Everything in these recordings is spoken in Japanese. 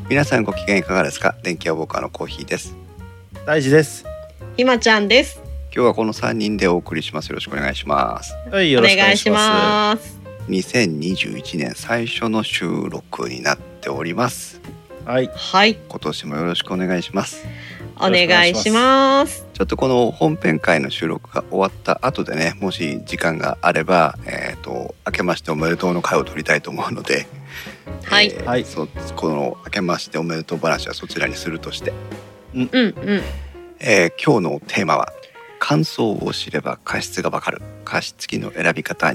皆さんご機嫌いかがですか？電気屋ウォーカーのコーヒーです。 大地です。 ひまちゃんです。 今日はこの3人でお送りします。よろしくお願いします。 はい、よろしくお願いします。 2021年最初の収録になっております。 はい、 今年もよろしくお願いします。 お願いします。 ちょっとこの本編会の収録が終わった後でね、もし時間があれば、明けましておめでとうの会を取りたいと思うので、 はい、 この明けましておめでとう話はそちらにするとして、 今日のテーマは感想を知れば加湿がわかる加湿器の選び方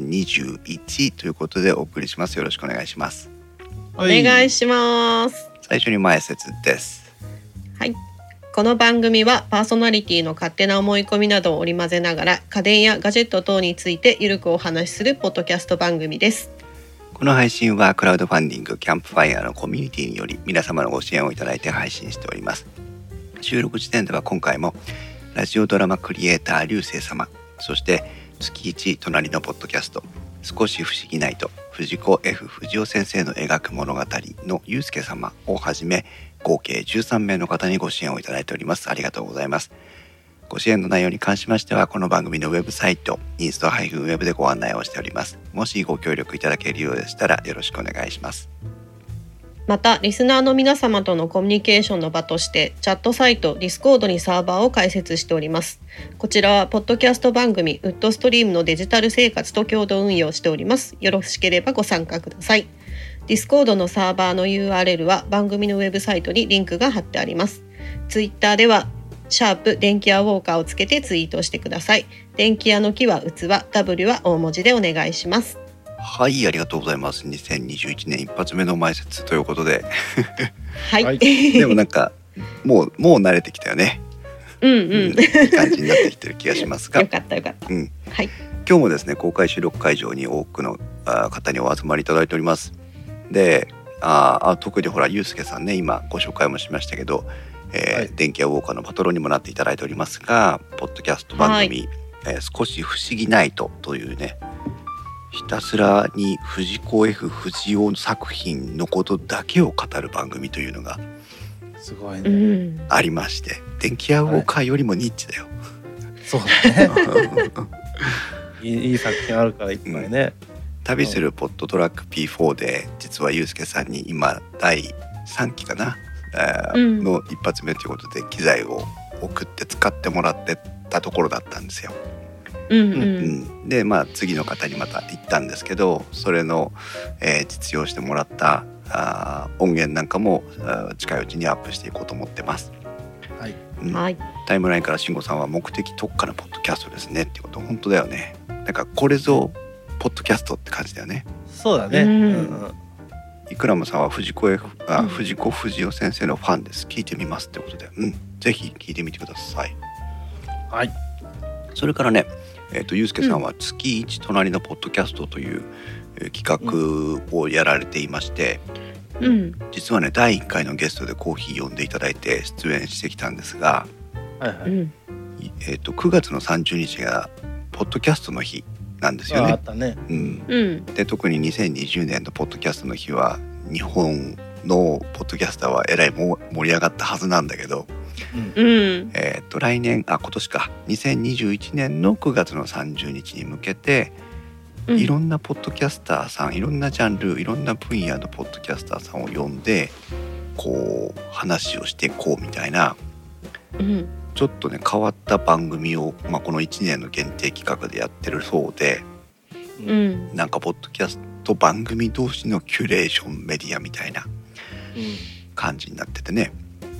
2021ということでお送りします。よろしくお願いします。 お願いします。 最初に前説です。 はい、この番組はパーソナリティの勝手な思い込みなどを織り交ぜながら家電やガジェット等についてゆるくお話しするポッドキャスト番組です。 この配信はクラウドファンディングキャンプファイヤーのコミュニティにより皆様のご支援をいただいて配信しております。収録時点では今回もラジオドラマクリエイター流星様、そして月1隣のポッドキャスト少し不思議ナイト藤子 F 不二雄先生の描く物語のゆうすけ様をはじめ合計13名の方にご支援をいただいております。ありがとうございます。ご支援の内容に関しましてはこの番組のウェブサイトインスト-web でご案内をしております。もしご協力いただけるようでしたらよろしくお願いします。 またリスナーの皆様とのコミュニケーションの場としてチャットサイト Discord にサーバーを開設しております。こちらはポッドキャスト番組ウッドストリームのデジタル生活と共同運用しております。よろしければご参加ください。Discord のサーバーの URL は番組のウェブサイトにリンクが貼ってあります。Twitter ではシャープ電気屋ウォーカーをつけてツイートしてください。電気屋の木は器、W は大文字でお願いします。 はい、ありがとうございます。2021年一発目の前説ということではい、 でもなんかもう慣れてきたよね。いい感じになってきてる気がしますがよかった、はい、 今日もですね公開収録会場に多くの方にお集まりいただいております。で特にほらゆうすけさんね、今ご紹介もしましたけど、電気屋ウォーカーのパトロンにもなっていただいておりますが、ポッドキャスト番組、少し不思議ナイトというね、ひたすらに藤子 F 不二雄作品のことだけを語る番組というのがすごいね、 ありまして、電気屋ウォーカーよりもニッチだよ。 そうだねいい作品あるからいっぱいね、 旅するポッドトラック P4 で実はゆうすけさんに今第3期かな、の一発目ということで機材を送って使ってもらってたところだったんですよ。で次の方にまた行ったんですけど、それの、実用してもらった音源なんかも近いうちにアップしていこうと思ってます。タイムラインから慎吾さんは目的特化のポッドキャストですねっていうこと、本当だよね。なんかこれぞポッドキャストって感じだよね。 そうだね。 イクラムさんは藤子不二雄先生のファンです、聞いてみますってことで、ぜひ聞いてみてください。 はい。 それからね、ゆうすけさんは月一隣のポッドキャストという、企画をやられていまして、実はね第1回のゲストでコーヒー呼んでいただいて出演してきたんですが、9月の30日がポッドキャストの日なんですよね。 あったね。 で特に2020年のポッドキャストの日は日本のポッドキャスターはえらい盛り上がったはずなんだけど、来年今年か2021年の9月の30日に向けて、いろんなポッドキャスターさん、いろんなジャンル、いろんな分野のポッドキャスターさんを呼んでこう話をしていこうみたいな、ちょっとね変わった番組を、この1年の限定企画でやってるそうで、なんかポッドキャスト番組同士のキュレーションメディアみたいな感じになっててね。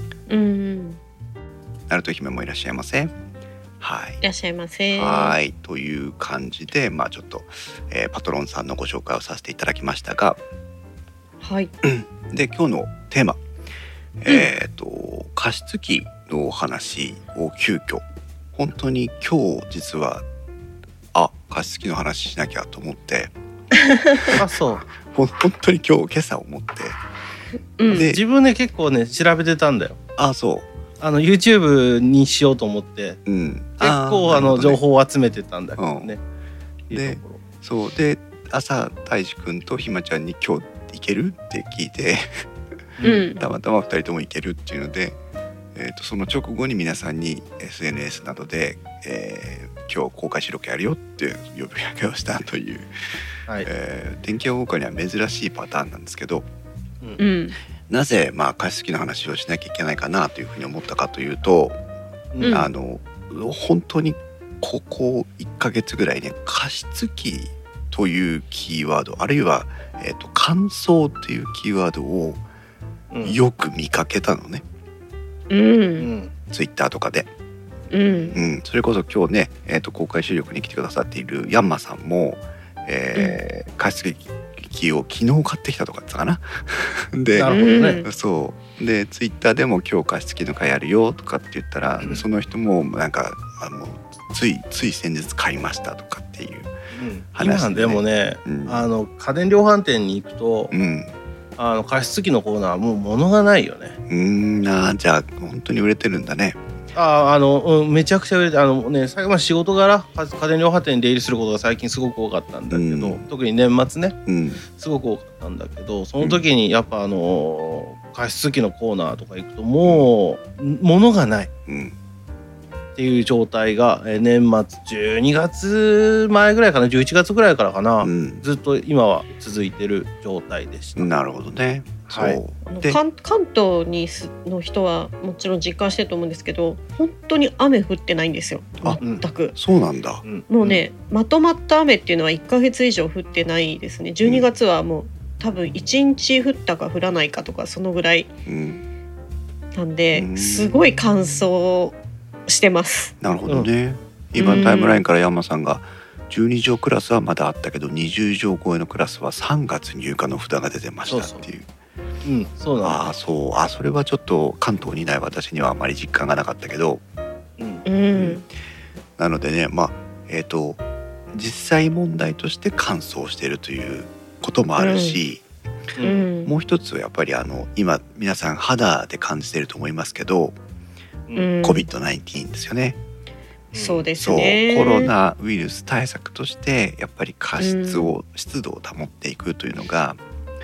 ナルト姫もいらっしゃいませ。はい、 いらっしゃいませ。 はい、という感じでちょっと、パトロンさんのご紹介をさせていただきましたが、で今日のテーマ、加湿器のお話を急遽、本当に今日実は加湿器の話しなきゃと思ってそう本当に今朝思って、 で自分で結構ね調べてたんだよ。 そう YouTube にしようと思って、結構情報を集めてたんだけどね。 で朝大志くんとひまちゃんに今日行けるって聞いてたまたま2人とも行けるっていうので、その直後に皆さんに SNS などで、今日公開収録やるよっていう呼びかけをしたという、電気屋ウォーカーには珍しいパターンなんですけど、なぜ加湿器の話をしなきゃいけないかなというふうに思ったかというと、本当にここ1ヶ月ぐらいね、加湿器というキーワード、あるいは、乾燥っていうキーワードをよく見かけたのね、ツイッターとかで、それこそ今日ね、公開収録に来てくださっているヤンマさんも、加湿器を昨日買ってきたとかって言ったかなで、 なるほどね。 そうでツイッターでも今日加湿器の会やるよとかって言ったら、その人もなんかつい先日買いましたとかっていう話で、 今でもね、家電量販店に行くと、加湿器のコーナーはもう物がないよね。 じゃあ本当に売れてるんだね。 めちゃくちゃ売れて、最後仕事柄家電量販店に出入りすることが最近すごく多かったんだけど、特に年末ね、すごく多かったんだけど、その時にやっぱ加湿器のコーナーとか行くともう物がないっていう状態が、年末12月前ぐらいかな、11月ぐらいからかな、ずっと今は続いてる状態でした。 なるほどね。 はい、関東の人はもちろん実感してると思うんですけど、本当に雨降ってないんですよ、全く。 そうなんだ。 もうね、まとまった雨っていうのは1ヶ月以上降ってないですね。12月はもう多分1日降ったか降らないかとかそのぐらいなんで、すごい乾燥してます。 なるほどね。今タイムラインから山さんが12畳クラスはまだあったけど20畳超えのクラスは3月入荷の札が出てましたっていう。 そうなんだ。 それはちょっと関東にいない私にはあまり実感がなかったけど、なのでね、実際問題として乾燥しているということもあるし、もう一つはやっぱり今皆さん肌で感じていると思いますけど、COVID-19 ですよね。 そうですね。 コロナウイルス対策としてやっぱり湿度を保っていくというのが、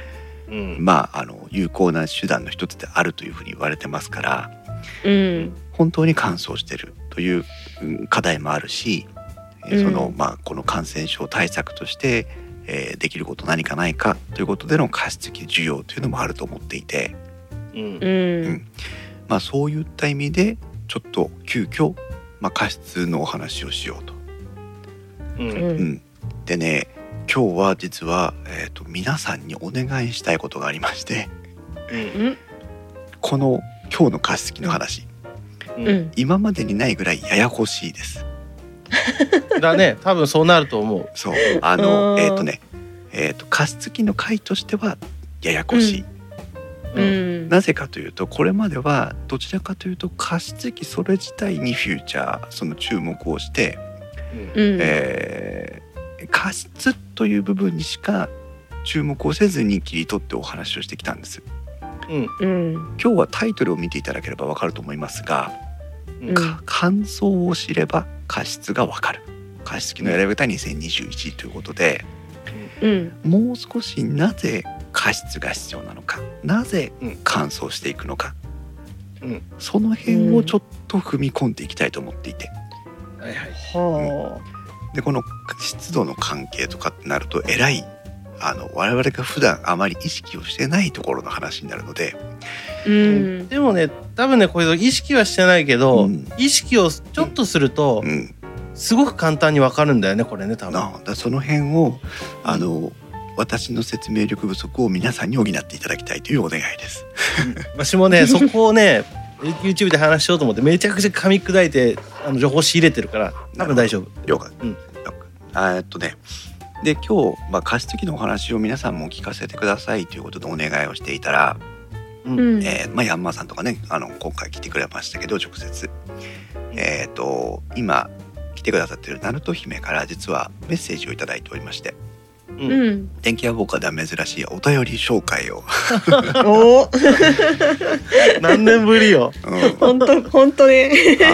有効な手段の一つであるというふうに言われてますから、本当に乾燥しているという課題もあるし、この感染症対策として、できること何かないかということでの加湿器需要というのもあると思っていて、そういった意味でちょっと急遽、加湿のお話をしようと。でね、今日は実は、皆さんにお願いしたいことがありまして、この今日の加湿器の話、今までにないぐらいややこしいです。 だね、多分そうなると思う。 そう、加湿器の回としてはややこしい。なぜかというと、これまではどちらかというと加湿器それ自体にフューチャー、その注目をして、加湿という部分にしか注目をせずに切り取ってお話をしてきたんです。今日はタイトルを見ていただければわかると思いますが、乾燥を知れば加湿がわかる。加湿器の選び方2021ということで、もう少しなぜ加湿が必要なのか、なぜ乾燥していくのか、その辺をちょっと踏み込んでいきたいと思っていて、でこの湿度の関係とかってなるとえらい我々が普段あまり意識をしてないところの話になるので、 でもね、多分ね、これ意識はしてないけど、意識をちょっとすると、すごく簡単に分かるんだよね、これね、多分。 だその辺を私の説明力不足を皆さんに補っていただきたいというお願いです。 私もね、そこをねYouTube で話しようと思ってめちゃくちゃ噛み砕いて情報仕入れてるから多分大丈夫。 了解。で今日、加湿器のお話を皆さんも聞かせてくださいということでお願いをしていたら、ヤンマーさんとかね、今回来てくれましたけど直接、今来てくださってるナルト姫から実はメッセージをいただいておりまして、電気屋ウォーカーでは珍しいお便り紹介を何年ぶりよ。 本当ね。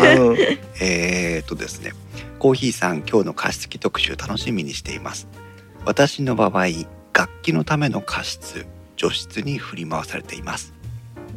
ですね、コーヒーさん、今日の加湿器特集楽しみにしています。私の場合、楽器のための加湿除湿に振り回されています。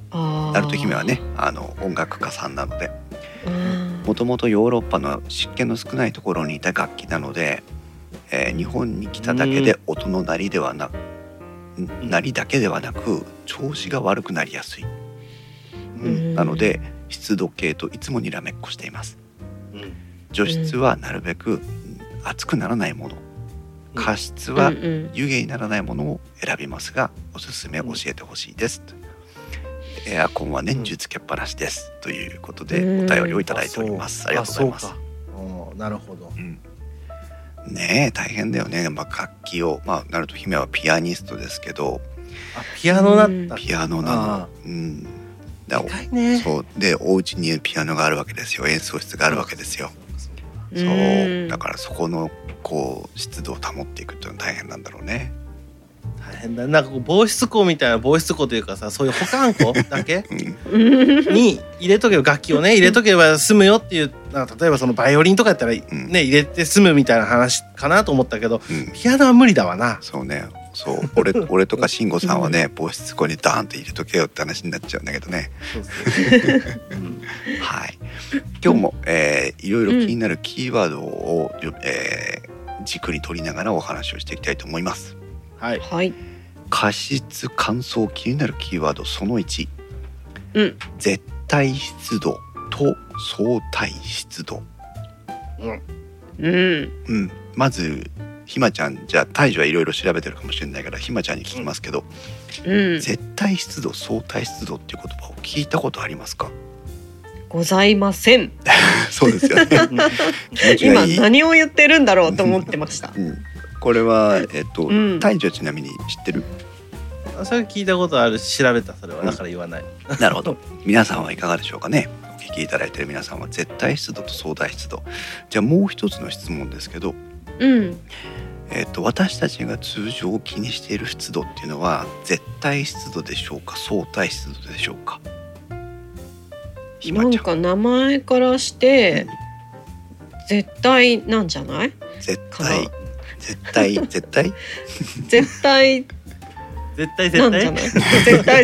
ナルト姫はね音楽家さんなので、もともとヨーロッパの湿気の少ないところにいた楽器なので、日本に来ただけで音の鳴りだけではなく調子が悪くなりやすい、なので湿度計といつもにらめっこしています。除湿はなるべく熱くならないもの、加湿は湯気にならないものを選びますが、おすすめ教えてほしいです。エアコンは年中つけっぱなしです、ということでお便りをいただいております。ありがとうございます。 なるほど。 ねえ大変だよね。楽器をナルト姫はピアニストですけど、 ピアノだった。 ピアノなの。そうでお家にピアノがあるわけですよ。演奏室があるわけですよ。そうだからそこの湿度を保っていくっていうのは大変なんだろうね。 大変だ。なんか防湿庫みたいな、防湿庫というかさ、そういう保管庫だけに入れとけば、楽器をね入れとけば済むよっていう、例えばそのバイオリンとかやったらね、入れて済むみたいな話かなと思ったけど、ピアノは無理だわな。 そうね。そう俺とか慎吾さんはね、防湿庫にダーンと入れとけよって話になっちゃうんだけどね。はい。今日も、いろいろ気になるキーワードを、軸に取りながらお話をしていきたいと思います。 はい。 加湿乾燥気になるキーワードその1、絶対湿度と相対湿度。まずひまちゃん、じゃあ大樹はいろいろ調べてるかもしれないからひまちゃんに聞きますけど、絶対湿度相対湿度っていう言葉を聞いたことありますか？ ございません。 そうですよね。 今何を言ってるんだろうと思ってました。 これは大樹はちなみに知ってる？ それ聞いたことある、調べた。それはだから言わない。 なるほど。皆さんはいかがでしょうかね。お聞きいただいている皆さんは絶対湿度と相対湿度。じゃあもう一つの質問ですけど、私たちが通常気にしている湿度っていうのは絶対湿度でしょうか、相対湿度でしょうか？ なんか名前からして、絶対なんじゃない？絶対なんじゃない？絶対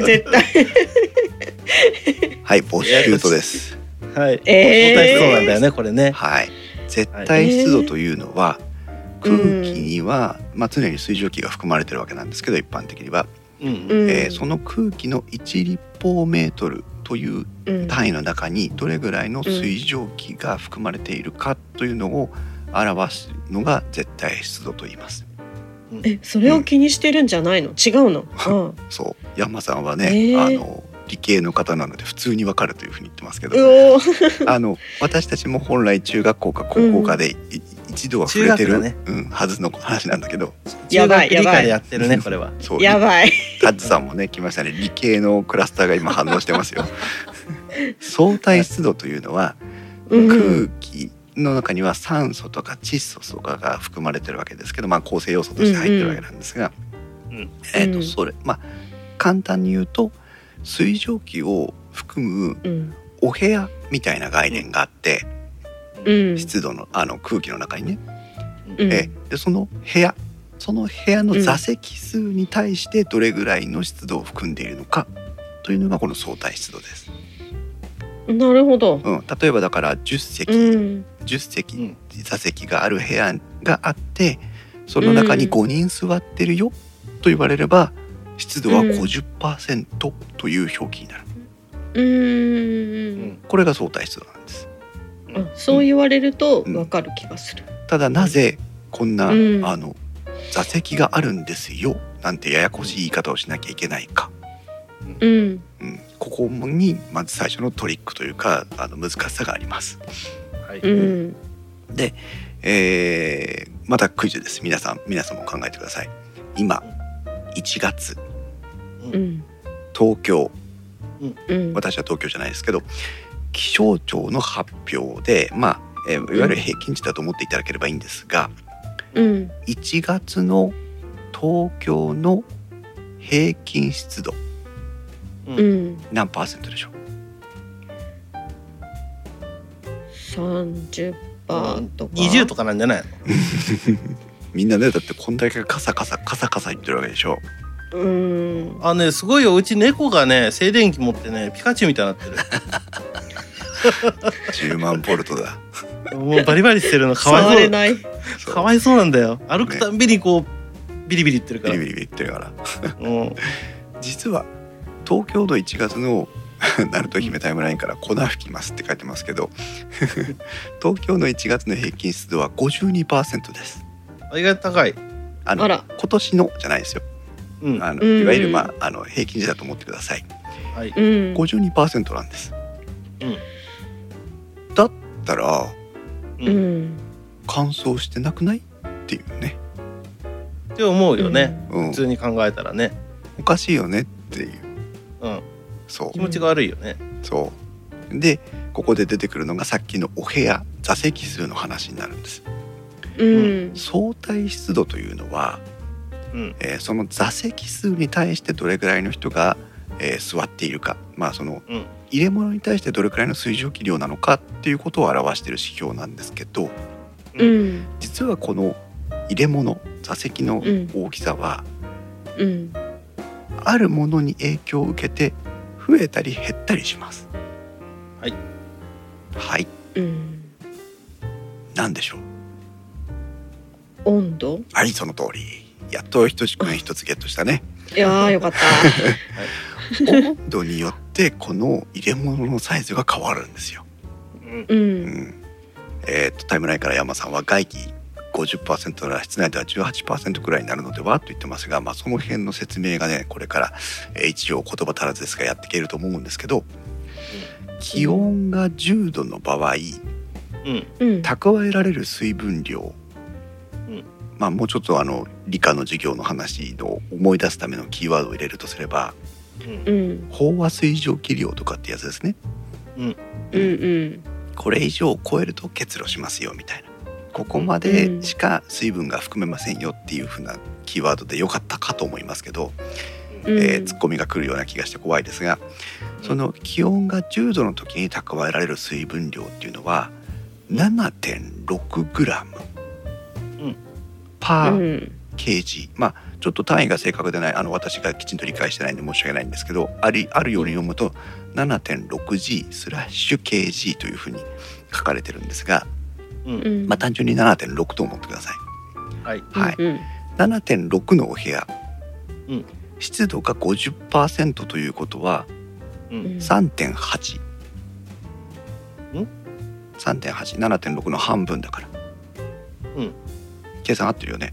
はい、ボッシュートです。 はい、相対湿度なんだよね、これね。 はい、絶対湿度というのは、空気には、常に水蒸気が含まれてるわけなんですけど、一般的には、その空気の1立方メートルという単位の中にどれぐらいの水蒸気が含まれているかというのを表すのが絶対湿度と言います。 それを気にしてるんじゃないの？違うの？ そう、山さんはね、理系の方なので普通にわかるというふうに言ってますけど、私たちも本来中学校か高校かで一度は触れてる、はずの話なんだけでやばい理科でやってるね、これは。 そう、 やばい。 タッツさんもね来ましたね。理系のクラスターが今反応してますよ。相対湿度というのは、空気の中には酸素とか窒素とかが含まれてるわけですけど、構成要素として入ってるわけなんですが、それ簡単に言うと水蒸気を含むお部屋みたいな概念があって、湿度の空気の中にね、でその部屋の座席数に対してどれぐらいの湿度を含んでいるのかというのがこの相対湿度です。 なるほど。 例えばだから10席座席がある部屋があって、その中に5人座ってるよと言われれば、湿度は 50% という表記になる。これが相対湿度なんです。 そう言われると分かる気がする。 ただなぜこんな、座席があるんですよなんてややこしい言い方をしなきゃいけないか、ここにまず最初のトリックというか難しさがあります。で、またクイズです。皆さんも考えてください。今1月、東京、私は東京じゃないですけど、気象庁の発表で、いわゆる平均値だと思っていただければいいんですが、1月の東京の平均湿度、何%でしょう ？30%とか 20とかなんじゃないの？ みんなね、だってこんだけカサカサ言ってるわけでしょ。 すごいよ、うち猫がね静電気持ってねピカチュウみたいになってる。 10万ボルトだ。 もうバリバリしてるのかわいそう。 触れない。 かわいそうなんだよ。歩くたんびにこうビリビリ言ってるから。 ビリビリ言ってるから。実は東京の1月のナルト姫タイムラインから粉吹きますって書いてますけど東京の1月の平均湿度は 52% です。 意外と高い。 あら、 今年のじゃないですよ。いわゆる、平均値だと思ってください。はい、52% なんです。だったら、乾燥してなくないっていうね。 って思うよね。普通に考えたらね。 おかしいよねっていう。そう。 気持ちが悪いよね。 そう。で、ここで出てくるのがさっきのお部屋座席数の話になるんです。相対湿度というのは、その座席数に対してどれぐらいの人が、座っているか、その入れ物に対してどれくらいの水蒸気量なのかっていうことを表している指標なんですけど、実はこの入れ物座席の大きさは、あるものに影響を受けて増えたり減ったりします。はい、何でしょう。 温度。 はい、その通り。やっとひとしくん一つゲットしたね。 いやーよかった。 温度によってこの入れ物のサイズが変わるんですよ。タイムラインから山さんは外気 50% なら室内では 18% くらいになるのではと言ってますが、その辺の説明がねこれから、一応言葉足らずですがやっていけると思うんですけど、気温が10度の場合、蓄えられる水分量、もうちょっと理科の授業の話の思い出すためのキーワードを入れるとすれば、飽和水蒸気量とかってやつですね。これ以上を超えると結露しますよみたいな、ここまでしか水分が含めませんよっていう風なキーワードでよかったかと思いますけど、ツッコミが来るような気がして怖いですが、その気温が10度の時に蓄えられる水分量っていうのは 7.6 グラムパー kg、ちょっと単位が正確でない、私がきちんと理解してないんで申し訳ないんですけど、あるように読むと 7.6g/kg というふうに書かれてるんですが、単純に 7.6 と思ってください。7.6 のお部屋、湿度が 50% ということは 3.8、7.6 の半分だから、計算合ってるよね。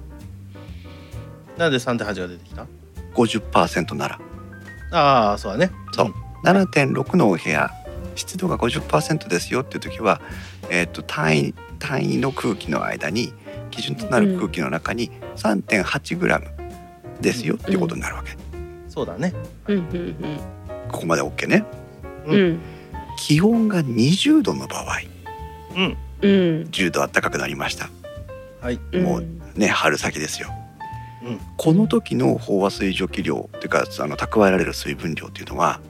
なんで 3.8 が出てきた？ 50% なら。 そうだね。 そう、7.6 のお部屋湿度が 50% ですよっていう時は、単位の空気の間に基準となる空気の中に 3.8 グラムですよっていうことになるわけ。 そうだね。 ここまで OK ね。気温が20度の場合、10度暖かくなりました。もうね、春先ですよ。この時の飽和水蒸気量というか蓄えられる水分量というのは、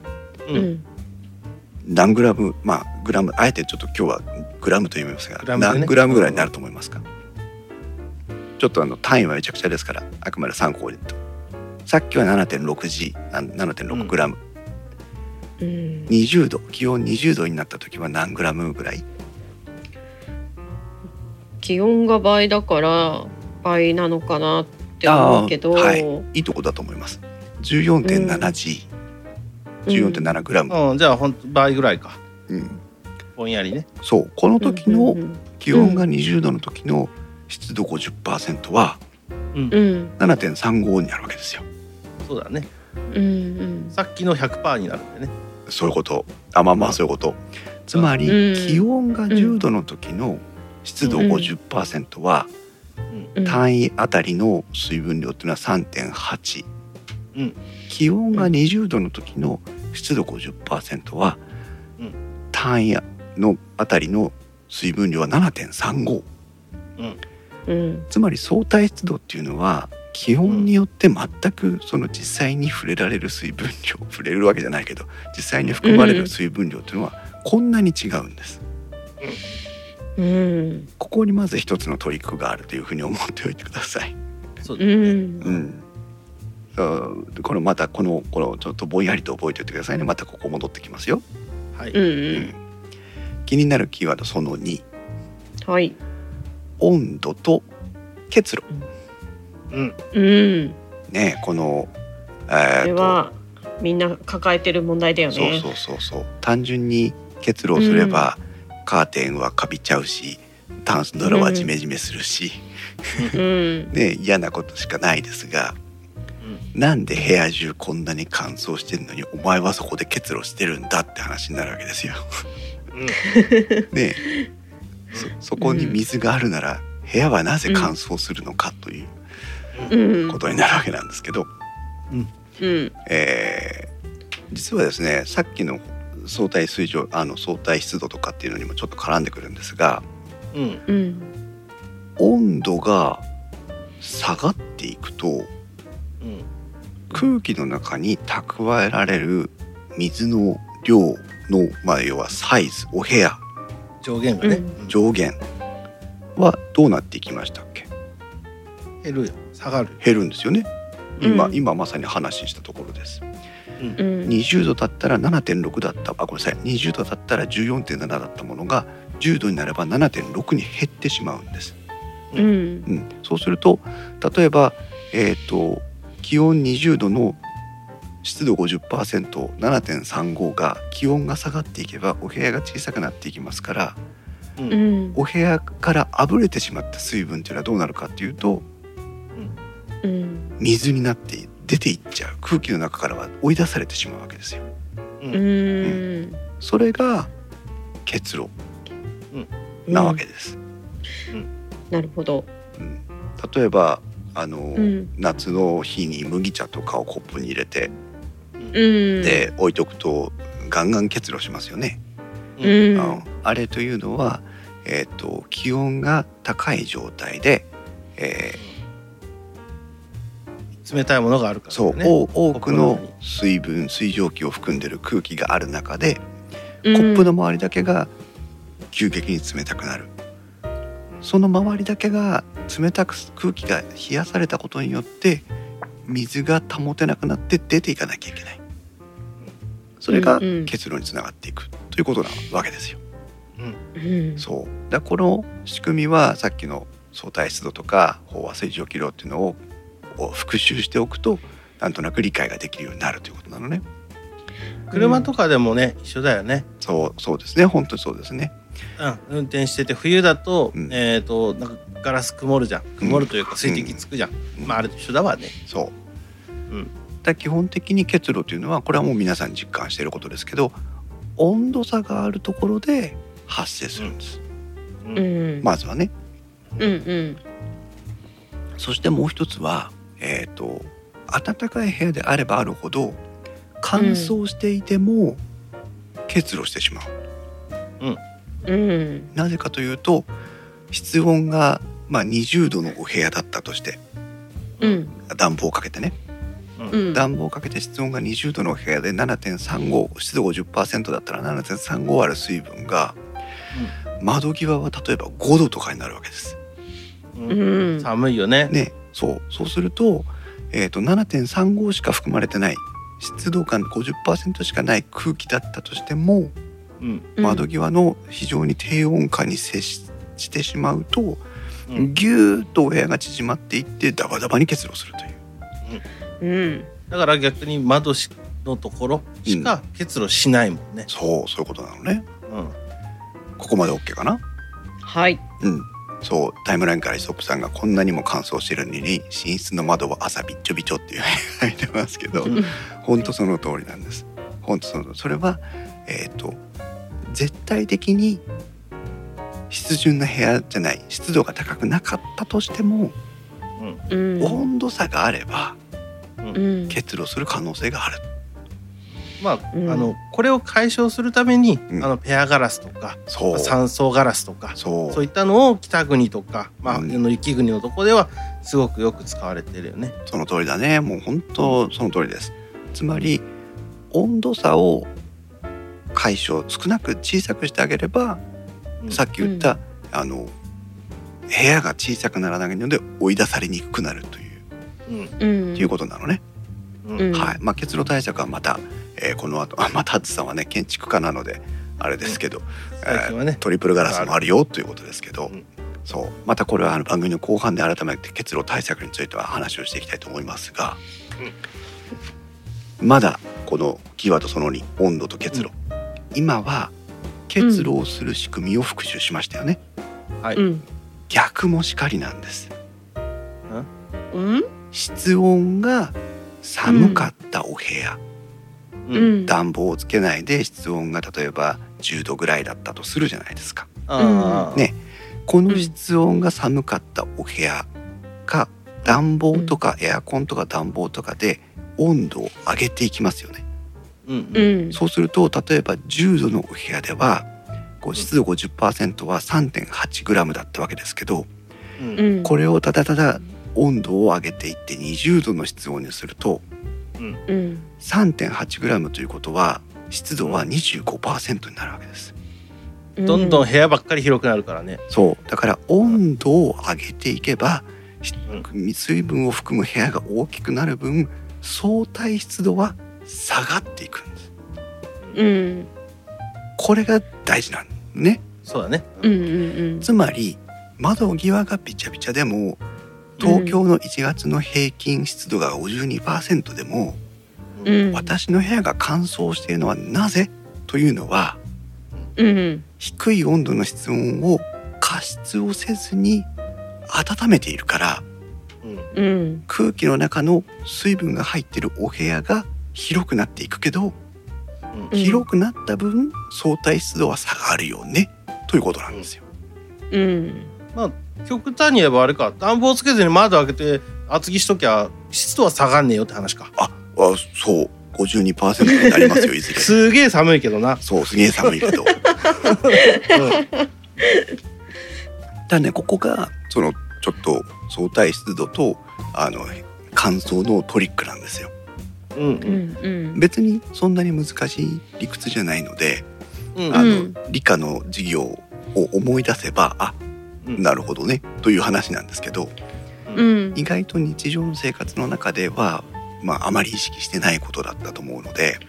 何グラム、グラム、あえてちょっと今日はグラムと言いますが、何グラムぐらいになると思いますか？ちょっと単位はめちゃくちゃですからあくまで参考にと。さっきは 7.6G、7.6 グラム、20度、気温20度になった時は何グラムぐらい？ 気温が倍だから倍なのかなって思うけど、 いいとこだと思います。 14.7G、14.7 グラム、 じゃあほんと倍ぐらいか。ぼんやりね。 そう、この時の気温が20度の時の湿度 50% は 7.35 になるわけですよ。 そうだね。さっきの 100% になるんでね。そういうこと。 そういうこと。つまり気温が10度の時の湿度 50% は単位あたりの水分量っていうのは 3.8、気温が20度の時の湿度 50% は単位のあたりの水分量は 7.35、つまり相対湿度っていうのは気温によって全くその実際に触れられる水分量、触れるわけじゃないけど実際に含まれる水分量っていうのはこんなに違うんです。ここにまず一つのトリックがあるというふうに思っておいてください。 そうですね。 これまたこのちょっとぼんやりと覚えておいてくださいね。またここ戻ってきますよ。 はい。 気になるキーワードその2。 はい。 温度と結露。ね、このこれはみんな抱えてる問題だよね。 そう。単純に結露すれば、カーテンはカビちゃうし、タンスドラはジメジメするし、ね、嫌なことしかないですが、なんで部屋中こんなに乾燥してるのにお前はそこで結露してるんだって話になるわけですよ。ね、そこに水があるなら部屋はなぜ乾燥するのかということになるわけなんですけど、実はですね、さっきの相対水蒸相対湿度とかっていうのにもちょっと絡んでくるんですが、温度が下がっていくと、空気の中に蓄えられる水の量の、要はサイズ、お部屋上限がね、 上限はどうなっていきましたっけ？ 減るよ、下がる、 減るんですよね。今まさに話したところです。20度だったら 7.6 だったごめんなさい20度だったら 14.7 だったものが10度になれば 7.6 に減ってしまうんです。そうすると例えば、気温20度の湿度 50%7.35 が気温が下がっていけばお部屋が小さくなっていきますから、お部屋からあぶれてしまった水分というのはどうなるかっていうと、水になって出ていっちゃう、空気の中からは追い出されてしまうわけですよ。それが結露なわけです。 なるほど。 例えば夏の日に麦茶とかをコップに入れて、で置いとくとガンガン結露しますよね。あれというのは、気温が高い状態で、 冷たいものがあるからね。 そう多くの水蒸気を含んでる空気がある中で、コップの周りだけが急激に冷たくなる。その周りだけが冷たく空気が冷やされたことによって水が保てなくなって出ていかなきゃいけない。それが結露につながっていくということなわけですよ。そうだ、この仕組みはさっきの相対湿度とか飽和水蒸気量っていうのを復習しておくとなんとなく理解ができるようになるということなのね。 車とかでもね、一緒だよね。 そうですね、本当にそうですね。 運転してて冬だと、なんかガラス曇るじゃん。曇るというか水滴つくじゃん。あれと一緒だわね。 そう。だ基本的に結露というのはこれはもう皆さん実感していることですけど、温度差があるところで発生するんです。まずはね。そしてもう一つは、暖かい部屋であればあるほど乾燥していても結露してしまう。なぜかというと室温が20度のお部屋だったとして、暖房をかけてね、暖房をかけて室温が20度のお部屋で 7.35 湿度 50% だったら 7.35 ある水分が、窓際は例えば5度とかになるわけです。 寒いよね。 そうすると、7.35 しか含まれてない湿度感 50% しかない空気だったとしても、窓際の非常に低温下に接してしまうと、ギューッとお部屋が縮まっていってダバダバに結露するという、 だから逆に窓のところしか結露しないもんね。 そういうことなのね。ここまで OK かな。 はい。 そう、タイムラインからイソップさんがこんなにも乾燥してるのに寝室の窓は朝びっちょびちょっていう書いてますけど、本当その通りなんです。本当それは絶対的に湿潤な部屋じゃない、湿度が高くなかったとしても、温度差があれば、結露する可能性がある。これを解消するために、ペアガラスとか三層ガラスとかそういったのを北国とか、雪国のとこではすごくよく使われてるよね。 その通りだね。もう本当その通りです。つまり温度差を解消、少なく小さくしてあげれば、さっき言った、部屋が小さくならないので追い出されにくくなるという、いうことなのね。 はい。結露対策はまた、この後またハッツさんはね建築家なのであれですけど、トリプルガラスもあるよということですけど、そうまたこれは番組の後半で改めて結露対策については話をしていきたいと思いますが、まだこのキーワードその2、温度と結露、今は結露をする仕組みを復習しましたよね。 はい。 逆もしかりなんです。室温が寒かったお部屋、暖房をつけないで室温が例えば10度ぐらいだったとするじゃないですか。ね、この室温が寒かったお部屋が暖房とかエアコンとか暖房とかで温度を上げていきますよね。そうすると例えば10度のお部屋では湿度 50% は 3.8g だったわけですけど、これをただただ温度を上げていって20度の室温にすると、3.8g ということは湿度は 25% になるわけです。 どんどん部屋ばっかり広くなるからね。 そうだから温度を上げていけば、水分を含む部屋が大きくなる分相対湿度は下がっていくんです。これが大事なんね。 そうだね。 つまり窓際がビチャビチャでも東京の1月の平均湿度が 52% でも、私の部屋が乾燥しているのはなぜというのは、低い温度の室温を加湿をせずに温めているから、空気の中の水分が入っているお部屋が広くなっていくけど、広くなった分相対湿度は下がるよねということなんですよ。 極端に言えばあれか、暖房つけずに窓開けて厚着しときゃ湿度は下がんねえよって話か。 そう 52% になりますよいずれ。 すげえ寒いけどな。 そうすげえ寒いけどだね、ここがそのちょっと相対湿度と乾燥のトリックなんですよ。別にそんなに難しい理屈じゃないので、理科の授業を思い出せばなるほどねという話なんですけど、意外と日常の生活の中ではあまり意識してないことだったと思うので、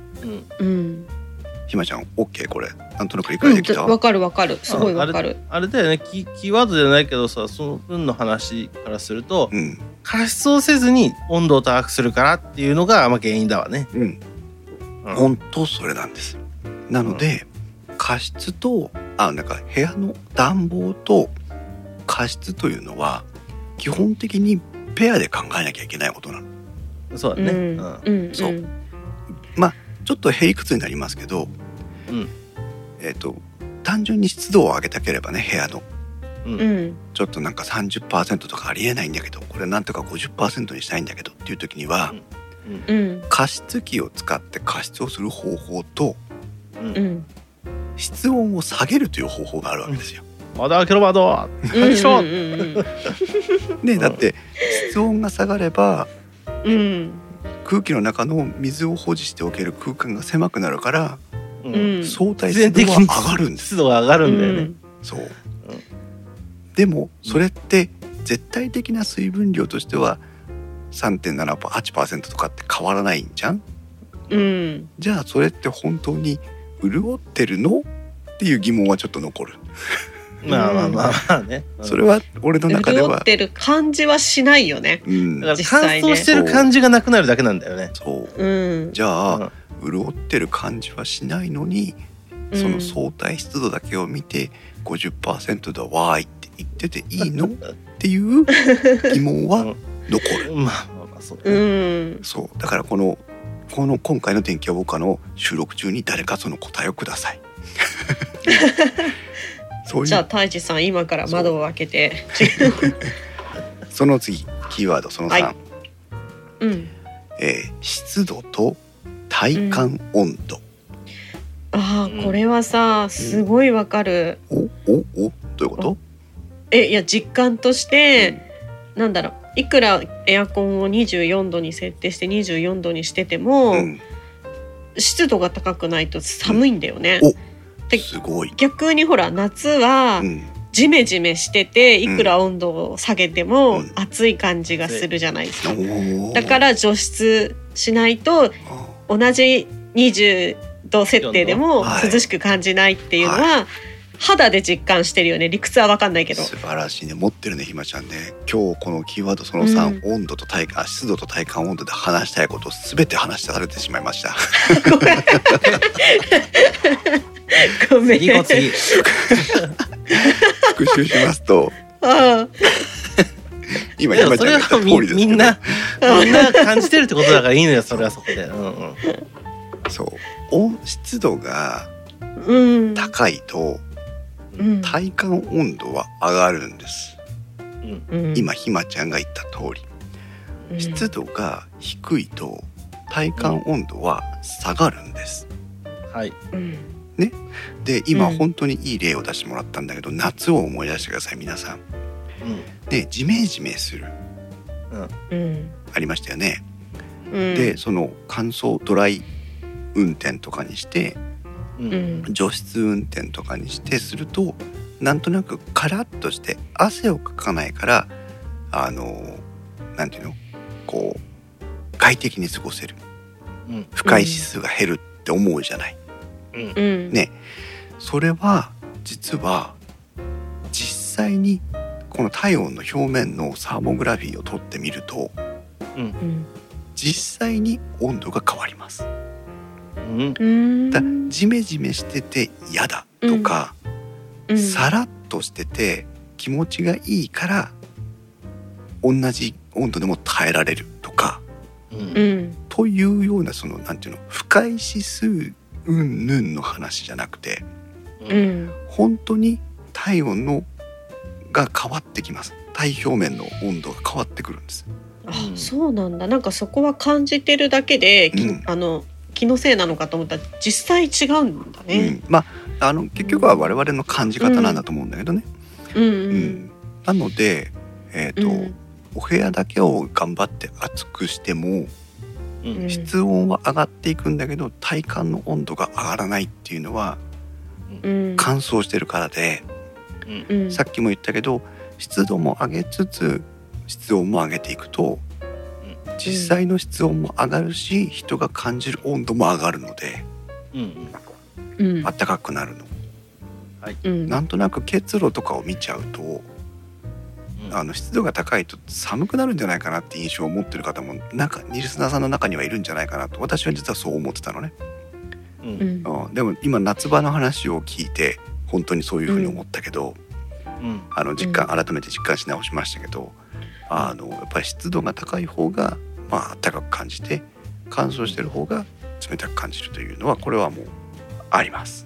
ひまちゃん OK これなんとなく理解できた？ わかるすごいわかる。 あれだよね、キーワードじゃないけどさ、その分の話からすると、加湿をせずに温度を高くするからっていうのが原因だわね。本当それなんです。なので、加湿となんか部屋の暖房と加湿というのは基本的にペアで考えなきゃいけないことなの。 そうだね。 そう。ちょっとへりくつになりますけど、単純に湿度を上げたければね、部屋の、ちょっとなんか 30% とかありえないんだけど、これなんとか 50% にしたいんだけどっていう時には、加湿器を使って加湿をする方法と、室温を下げるという方法があるわけですよ。 窓開けろ窓。ね、 だって室温が下がれば、空気の中の水を保持しておける空間が狭くなるから、相対湿度は上がるんです。 湿度が上がるんだよね。 そう。でもそれって絶対的な水分量としては 3.8% とかって変わらないんじゃん。じゃあそれって本当に潤ってるのっていう疑問はちょっと残る。 まあね。 それは俺の中では潤ってる感じはしないよね。 だから乾燥してる感じがなくなるだけなんだよね。 そう。じゃあ潤ってる感じはしないのに、その相対湿度だけを見て 50% だわーいって言ってていいのっていう疑問は残る。そうだからこの今回の天気予報課の収録中に誰かその答えをください。 じゃあ太一さん今から窓を開けてその次キーワードその3、湿度と体感温度。 これはさすごいわかる。 どういうこと？ いや実感として、なんだろう、いくらエアコンを24度に設定して24度にしてても、湿度が高くないと寒いんだよね。 すごい。 逆にほら夏はジメジメしてて、いくら温度を下げても暑い感じがするじゃないですか。だから除湿しないと同じ20度設定でも涼しく感じないっていうのは肌で実感してるよね。理屈は分かんないけど。 素晴らしいね、持ってるねひまちゃんね。今日このキーワードその3、温度と体感、湿度と体感温度で話したいことを全て話されてしまいました。 ごめんごめん。 次復習しますと今ひまちゃんが言った通りですけど、みんな感じてるってことだからいいのよ、それはそこで。 そう湿度が高いと体感温度は上がるんです、今ひまちゃんが言った通り、湿度が低いと体感温度は下がるんです、 はいね。で今本当にいい例を出してもらったんだけど、夏を思い出してください皆さん、でジメジメする、ありましたよね、でその乾燥ドライ運転とかにして、除湿運転とかにしてするとなんとなくカラッとして汗をかかないからなんていうのこう快適に過ごせる、不快指数が減るって思うじゃない、ね。それは実は実際にこの体温の表面のサーモグラフィーを取ってみると、実際に温度が変わります。だジメジメしてて嫌だとか、さらっとしてて気持ちがいいから同じ温度でも耐えられるとか、というようなそのなんていうの不快指数うんぬんの話じゃなくて、本当に体温のが変わってきます。体表面の温度が変わってくるんです。 そうなんだ。なんかそこは感じてるだけで、気のせいなのかと思ったら実際違うんだね。 結局は我々の感じ方なんだと思うんだけどね。なので、お部屋だけを頑張って暑くしても、室温は上がっていくんだけど体感の温度が上がらないっていうのは、乾燥してるからで、さっきも言ったけど湿度も上げつつ室温も上げていくと実際の室温も上がるし、人が感じる温度も上がるので、暖かくなるの、なんとなく結露とかを見ちゃうと、湿度が高いと寒くなるんじゃないかなって印象を持ってる方もリスナーさんの中にはいるんじゃないかなと私は実はそう思ってたのね、でも今夏場の話を聞いて本当にそういうふうに思ったけど、改めて実感し直しましたけど、やっぱり湿度が高い方が暖かく感じて、乾燥してる方が冷たく感じるというのはこれはもうあります、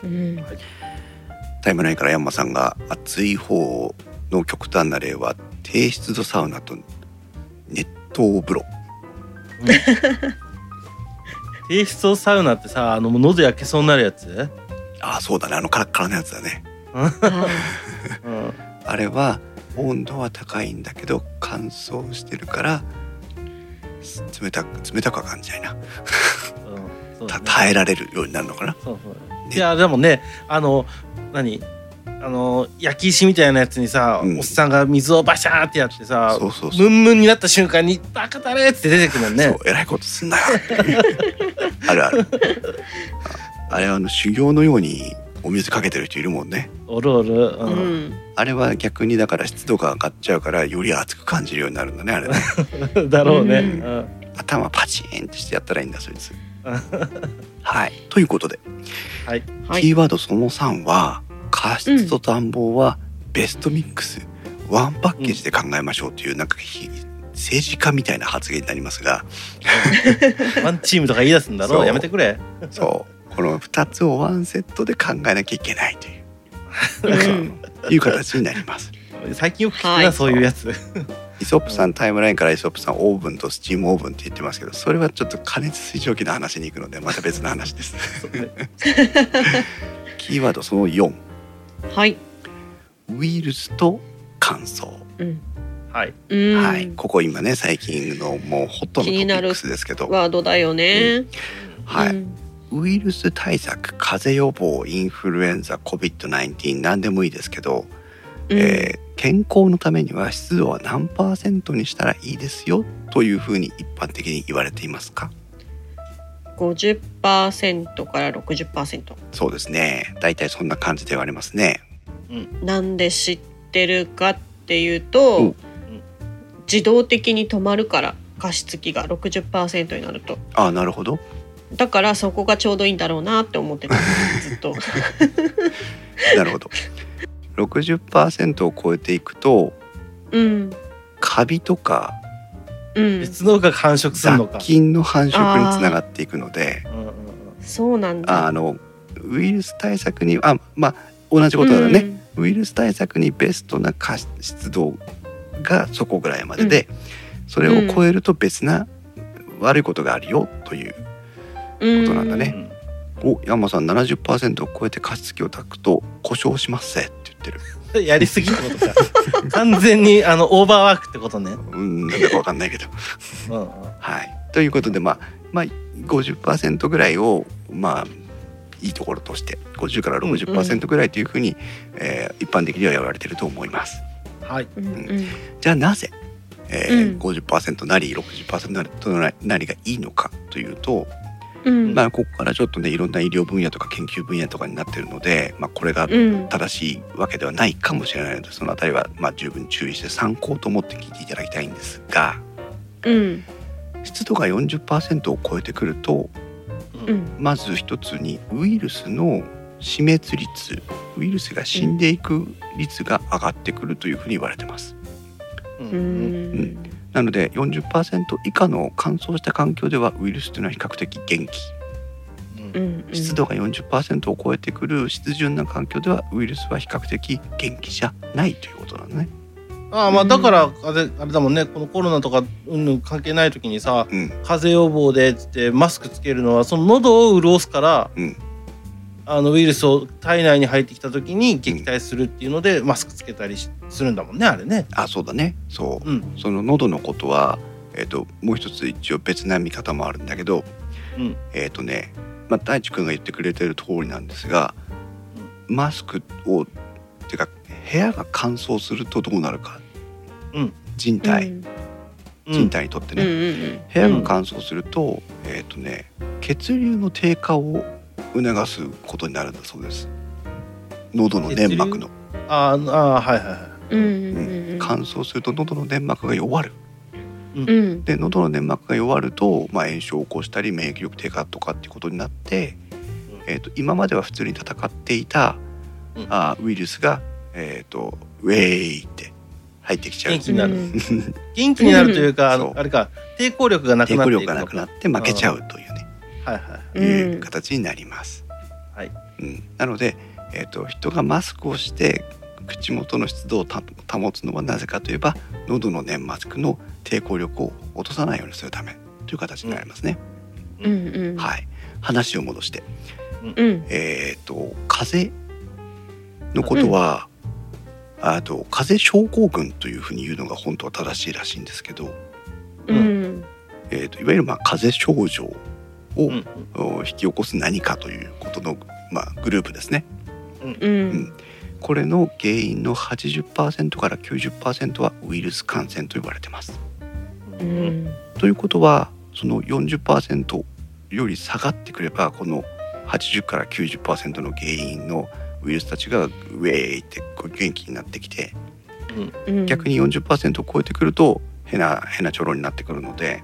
タイムラインからヤンマさんが暑い方の極端な例は低湿度サウナと熱湯風呂低湿度サウナってさ、喉焼けそうになるやつ？ そうだね、カラッカラのやつだねあれは温度は高いんだけど乾燥してるから冷たくは感じないな耐えられるようになるのかな。 いやでもね、焼き石みたいなやつにさ、おっさんが水をバシャーってやってさ、ムンムンになった瞬間にバカだれって出てくるもんね。 えらいことすんなよあるあるあれは修行のようにお水かけてる人いるもんね。 おるおる、 あれは逆にだから湿度が上がっちゃうからより熱く感じるようになるんだね、あれねだろうね、 頭パチンってしてやったらいいんだそいつはい、ということで、キーワードその3は加湿と暖房はベストミックス、ワンパッケージで考えましょうという政治家みたいな発言になりますがワンチームとか言い出すんだろう、やめてくれ。 そうこの2つをワンセットで考えなきゃいけないという形になります。 最近よく聞くな、そういうやつイソップさんタイムラインからイソップさんオーブンとスチームオーブンって言ってますけど、それはちょっと加熱水蒸気の話に行くのでまた別の話ですキーワードその4、ウイルスと乾燥、ここ今ね最近のもうホットのトピックスですけどワードだよね、 ウイルス対策、風邪予防、インフルエンザ、COVID-19 何でもいいですけど、 健康のためには湿度は何%にしたらいいですよというふうに一般的に言われていますか？ 50% から 60%。 そうですね、だいたいそんな感じで言われますね。 なんで知ってるかっていうと、自動的に止まるから、加湿器が 60% になると。 あ、なるほど。 だからそこがちょうどいいんだろうなって思ってたずっとなるほど。60% を超えていくと、カビとか、 別のが繁殖するのか、 雑菌の繁殖につながっていくので、 そうなんだ。 ウイルス対策に同じことだね、ウイルス対策にベストな湿度がそこぐらいまでで、それを超えると別な悪いことがあるよということなんだね。山さん 70% を超えて加湿器を炊くと故障しますぜって言ってる。 やりすぎってことか完全にオーバーワークってことね。 なんだか分かんないけどはい、ということで50% ぐらいをいいところとして50から 60% ぐらいというふうに、一般的には言われていると思います。 はい。 じゃあなぜ、50% なり 60% なりがいいのかというと、ここからちょっとねいろんな医療分野とか研究分野とかになっているので、これが正しいわけではないかもしれないので、そのあたりは十分注意して参考と思って聞いていただきたいんですが、湿度が 40% を超えてくると、まず一つにウイルスの死滅率、ウイルスが死んでいく率が上がってくるというふうに言われてます。なので 40% 以下の乾燥した環境ではウイルスというのは比較的元気、湿度が 40% を超えてくる湿潤な環境ではウイルスは比較的元気じゃないということなのね。 だからあれだもんね、このコロナとか関係ない時にさ、風邪予防でつってマスクつけるのはその喉を潤すから、ウイルスを体内に入ってきた時に撃退するっていうので、マスクつけたりするんだもんね、あれね。 そうだね。そう、その喉のことは、もう一つ一応別な見方もあるんだけど、大地君が言ってくれてる通りなんですが、マスクをっていうか部屋が乾燥するとどうなるか、人体にとってね、部屋が乾燥すると、血流の低下を促すことになるんだそうです。喉の粘膜の乾燥すると喉の粘膜が弱る、で喉の粘膜が弱ると、炎症を起こしたり免疫力低下とかっていうことになって、今までは普通に戦っていた、ウイルスがウェーイって入ってきちゃう。 元気になる元気になるというか、あれか、抵抗力がなくなっていくのか。抵抗力がなくなって負けちゃうというね、いう形になります。なので、人がマスクをして口元の湿度を保つのはなぜかといえば、喉の粘膜の抵抗力を落とさないようにするためという形になりますね。はい、話を戻して、風邪のことは、風邪症候群というふうに言うのが本当は正しいらしいんですけど、いわゆる風邪症状を引き起こす何かということの、グループですね。これの原因の 80% から 90% はウイルス感染と言われてます。ということは、その 40% より下がってくれば、この80から 90% の原因のウイルスたちがウェーイって元気になってきて、逆に 40% を超えてくるとへなちょろになってくるので、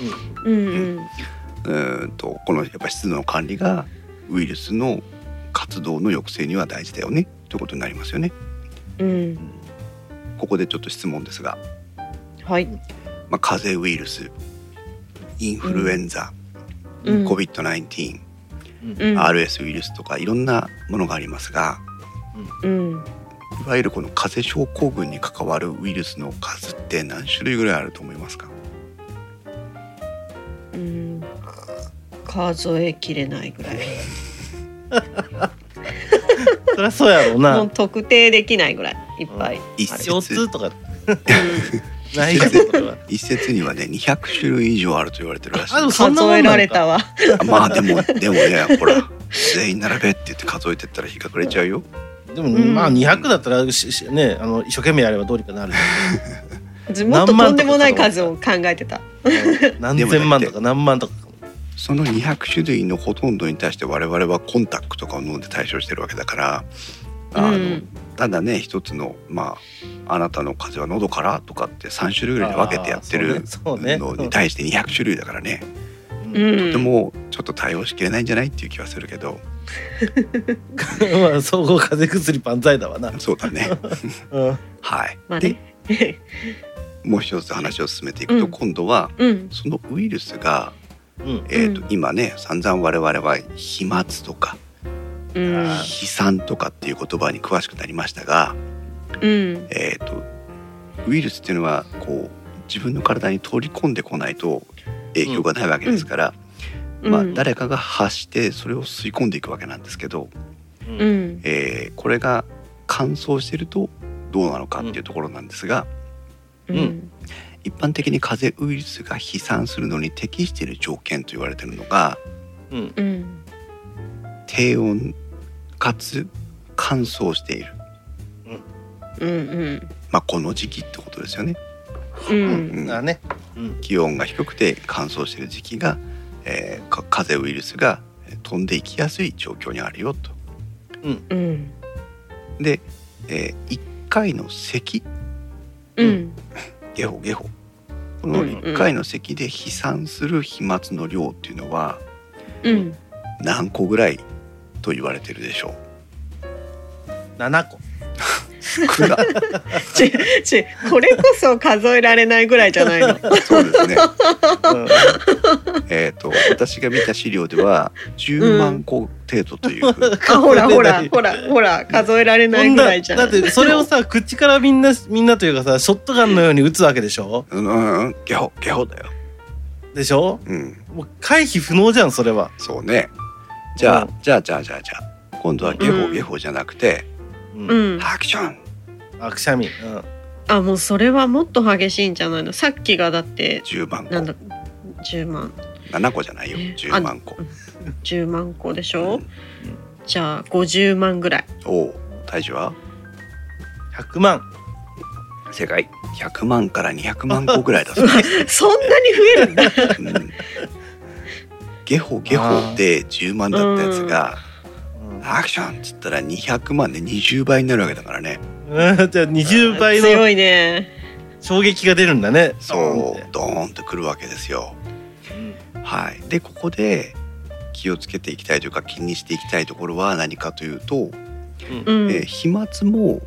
このやっぱ湿度の管理がウイルスの活動の抑制には大事だよねということになりますよね。ここでちょっと質問ですが、風邪ウイルス、インフルエンザ、COVID-19、RS ウイルスとかいろんなものがありますが、いわゆるこの風邪症候群に関わるウイルスの数って何種類ぐらいあると思いますか？ 数えきれないぐらいそりゃそうやろうな。 もう特定できないぐらいいっぱい、 4つとか一説にはね200種類以上あると言われてるらしい。 数えられたわでもね、ほら全員並べって言って数えてったら日が暮れちゃうよ。 でも、まあ200だったらね、一生懸命やればどうにかなる。 もっととんでもない数を考えてた。 何千万とか何万とか。 その200種類のほとんどに対して我々はコンタクトとかを飲んで対処してるわけだから、ただね一つのあなたの風邪は喉からとかって3種類ぐらいで分けてやってるのに対して200種類だからね、とてもちょっと対応しきれないんじゃないっていう気はするけどまあ総合風邪薬万歳だわな。 そうだね、はい、でもう一つ話を進めていくと、今度はそのウイルスが今ね散々我々は飛沫とか飛散とかっていう言葉に詳しくなりましたが、ウイルスっていうのはこう自分の体に取り込んでこないと影響がないわけですから、誰かが発してそれを吸い込んでいくわけなんですけど、これが乾燥してるとどうなのかっていうところなんですが、一般的に風邪ウイルスが飛散するのに適している条件と言われているのが、低温かつ乾燥している、この時期ってことですよね。気温が低くて乾燥している時期が、風邪ウイルスが飛んでいきやすい状況にあるよと。で、1回の咳、ゲホゲホ、この1回の咳で飛散する飛沫の量っていうのは何個ぐらいと言われてるでしょう ？7個。 少なこれこそ数えられないぐらいじゃないの？ そうですね。私が見た資料では10万個程度という。 ほら数えられないぐらいじゃん。 だってそれをさ口からみんなというかさショットガンのように撃つわけでしょ？ ゲホゲホだよ。 でしょ？もう回避不能じゃんそれは。 そうね。じゃあ今度はゲホゲホじゃなくて、アクション。 くしゃみ。 もうそれはもっと激しいんじゃないの？さっきがだって 10万個。 なんだ10万。 7個じゃないよ。10万個。 10万個でしょ？じゃあ50万ぐらい。 体重は ？100万。 正解。100万から200万個ぐらいだそうです。 そんなに増えるんだ。 ゲホゲホで10万だったやつが、アクションっつったら200万で20倍になるわけだからね。 じゃあ20倍の強いね。 衝撃が出るんだね。 そうドーンとくるわけですよ。はい。でここで気をつけていきたいというか気にしていきたいところは何かというと、飛沫も、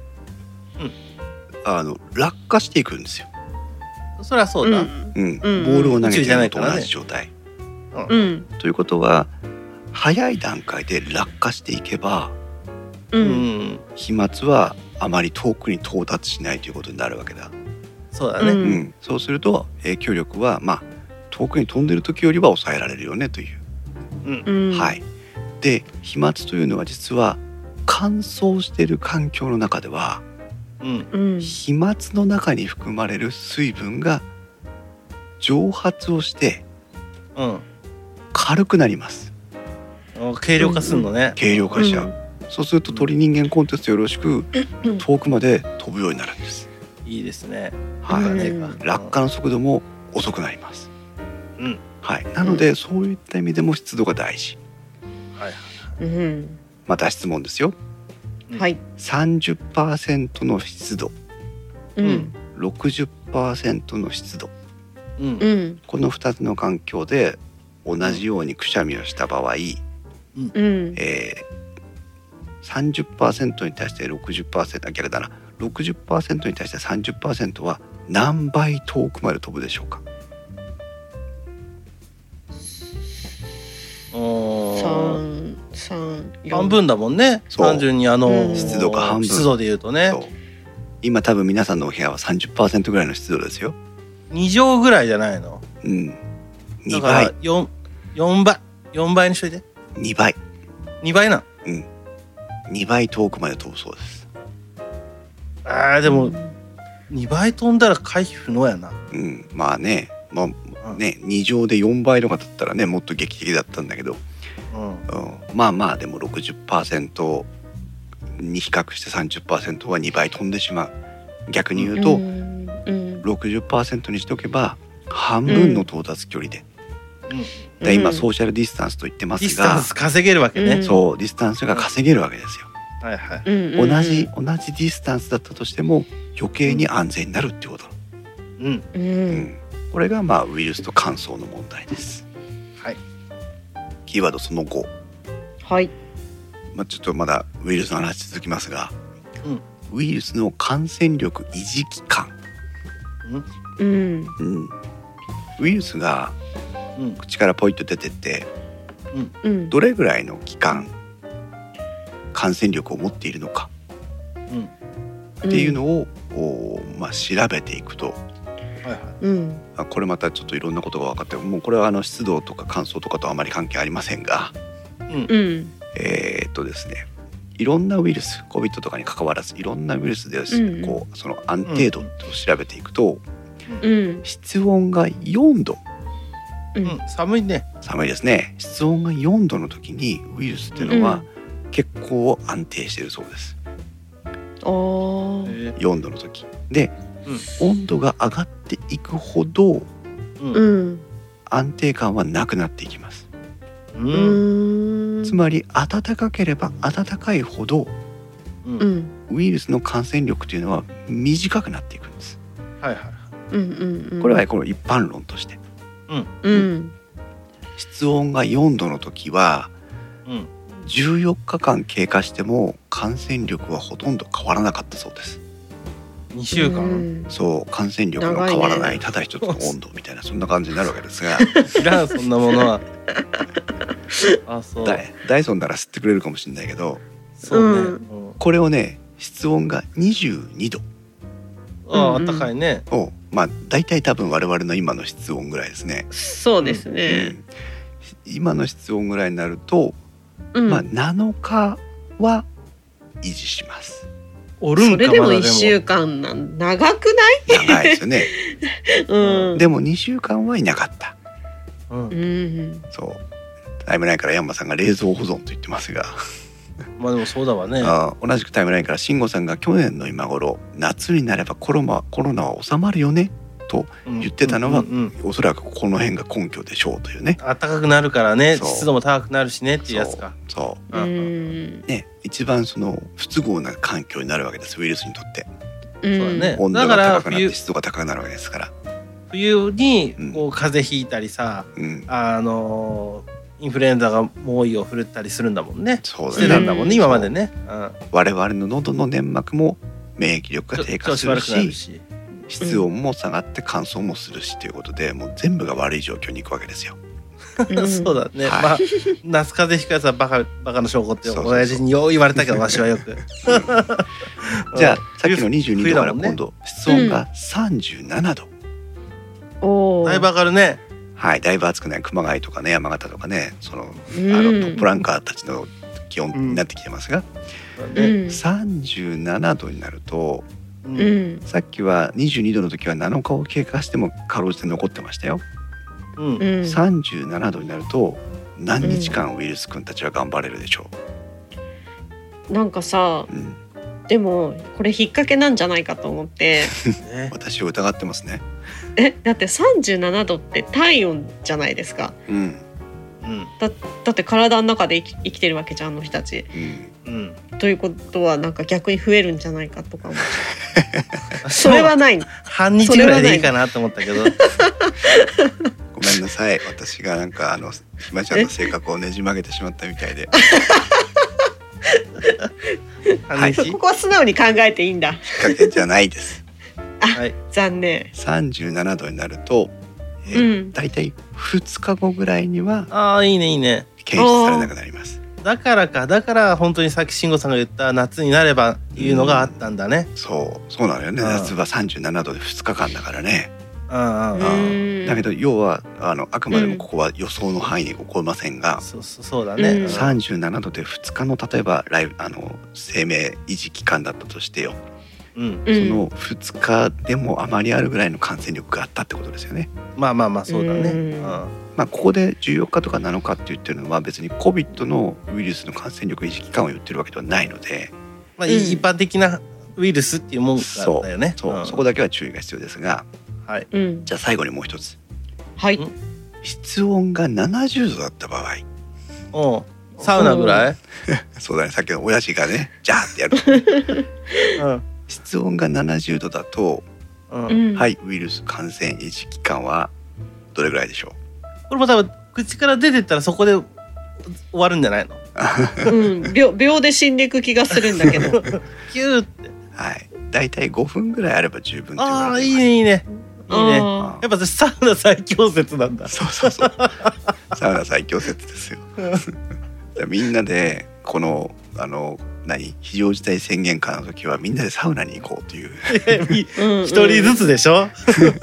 落下していくんですよ。 そりゃそうだ。 ボールを投げてるのと同じ状態。ということは早い段階で落下していけば、飛沫はあまり遠くに到達しないということになるわけだ。 そうだね。 そうすると影響力は遠くに飛んでる時よりは抑えられるよねという。はい。で飛沫というのは実は乾燥している環境の中では、飛沫の中に含まれる水分が蒸発をして、軽くなります。 軽量化するのね。 軽量化しちゃう。そうすると鳥人間コンテストよろしく遠くまで飛ぶようになるんです。 いいですね。 落下の速度も遅くなります。はい。なのでそういった意味でも湿度が大事。また質問ですよ。30% の湿度、60% の湿度、この2つの環境で同じようにくしゃみをした場合、30% に対して 60%、逆だな、60% に対して 30% は何倍遠くまで飛ぶでしょうか？ 半分だもんね。単純に湿度が半分。 湿度で言うとね。 今多分皆さんのお部屋は 30% ぐらいの湿度ですよ。 2畳ぐらいじゃないの ？2倍。 4倍にしといて。 2倍。 2倍な。 2倍遠くまで飛ぶそうです。 でも2倍飛んだら回避不能やな。 まあね、2乗で4倍とかだったらねもっと劇的だったんだけど、まあでも 60% に比較して 30% は2倍飛んでしまう。逆に言うと、60% にしておけば半分の到達距離で、で今ソーシャルディスタンスと言ってますが、 ディスタンス稼げるわけね。 そうディスタンスが稼げるわけですよ。 はいはい。 同じディスタンスだったとしても余計に安全になるっていうこと。これがウイルスと乾燥の問題です。 はい。 キーワードその5。 はい。 ちょっとまだウイルスの話続きますが、ウイルスの感染力維持期間。ウイルスが口からポイッと出てって、どれぐらいの期間感染力を持っているのかっていうのを、調べていくと、これまたちょっといろんなことが分かって、もうこれは湿度とか乾燥とかとあまり関係ありませんが、ですね、いろんなウイルス COVID とかに関わらずいろんなウイルスで、その安定度を調べていくと、室温が4度、 寒いね。 寒いですね。室温が4度の時にウイルスっていうのは結構安定しているそうです。4度の時で、温度が上がっていくほど、安定感はなくなっていきます。つまり暖かければ暖かいほど、ウイルスの感染力というのは短くなっていくんです。これはこの一般論として、室温が4度の時は、14日間経過しても感染力はほとんど変わらなかったそうです。 2週間、 そう感染力の変わらない、ただ一つの温度みたいなそんな感じになるわけですが知らんそんなものはダイソンなら吸ってくれるかもしれないけど、 そうね、 これをね室温が22度、 暖かいね、 だいたい多分我々の今の室温ぐらいですね。 そうですね、 今の室温ぐらいになると、7日は維持します。 それでも1週間なん長くない？ 長いですよね、でも2週間はいなかった、そうタイムラインからヤンマさんが冷蔵保存と言ってますがでもそうだわね。 同じくタイムラインから慎吾さんが去年の今頃夏になればコロナは収まるよねと言ってたのは、おそらくこの辺が根拠でしょうというね。 暖かくなるからね、湿度も高くなるしねっていうやつか。 ね、一番その不都合な環境になるわけです、ウイルスにとって。 そうだね。 温度が高くなって湿度が高くなるわけですから。 冬にこう風邪ひいたりさ、インフルエンザが猛威を振るったりするんだもんね。 そうだね。 してたんだもんね、今までね。 我々の喉の粘膜も免疫力が低下するし、室温も下がって乾燥もするしということで、もう全部が悪い状況に行くわけですよ。 そうだね、夏風邪ひくやつはバカの証拠って親父によう言われたけど、わしはよくじゃあさっきの22度から今度室温が37度、 だいぶ上がるね。 はい、だいぶ暑くない。熊谷とかね、山形とかね、トップランカーたちの気温になってきてますが、37度になると、さっきは22度の時は7日を経過してもかろうじて残ってましたよ。37度になると何日間ウイルス君たちは頑張れるでしょう。なんかさ、でもこれ引っ掛けなんじゃないかと思って私を疑ってますね。 だって37度って体温じゃないですか。だって体の中で生きてるわけじゃん、あの人たち。ということはなんか逆に増えるんじゃないかとか思ってそれはないの？ 半日ぐらいでいいかなと思ったけどごめんなさい、私がなんかひまちゃんの性格をねじ曲げてしまったみたいでここは素直に考えていいんだ。 引っ掛けじゃないです残念。 37度になると、だいたい2日後ぐらいにはいいね検出されなくなります。 だから本当にさっき慎吾さんが言った夏になればいうのがあったんだね。 そうなのよね。夏は37度で2日間だからね。だけど要はあくまでもここは予想の範囲に起こりませんが、 そうだね。 37度で2日の例えば生命維持期間だったとしてよ、その2日でもあまりあるぐらいの感染力があったってことですよね。 そうだね。 ここで14日とか7日って言ってるのは別に COVID のウイルスの感染力維持期間を言ってるわけではないので、 まあ、一般的なウイルスっていうもんだよね。 そこだけは注意が必要ですが、 はい、 じゃあ最後にもう一つ。 はい。 室温が70度だった場合、サウナぐらいそうだね、さっきの親父がねジャーってやる、室温が70度だと、はい、ウイルス感染維持期間はどれぐらいでしょう？ これも多分口から出てったらそこで終わるんじゃないの？ 秒で死んでいく気がするんだけどキューって、 はい、だいたい5分ぐらいあれば十分って言われてます。 いいねいいねいいね。やっぱサウナ最強説なんだ。 そうサウナ最強説ですよみんなでこの非常事態宣言下の時はみんなでサウナに行こうという一人ずつでしょ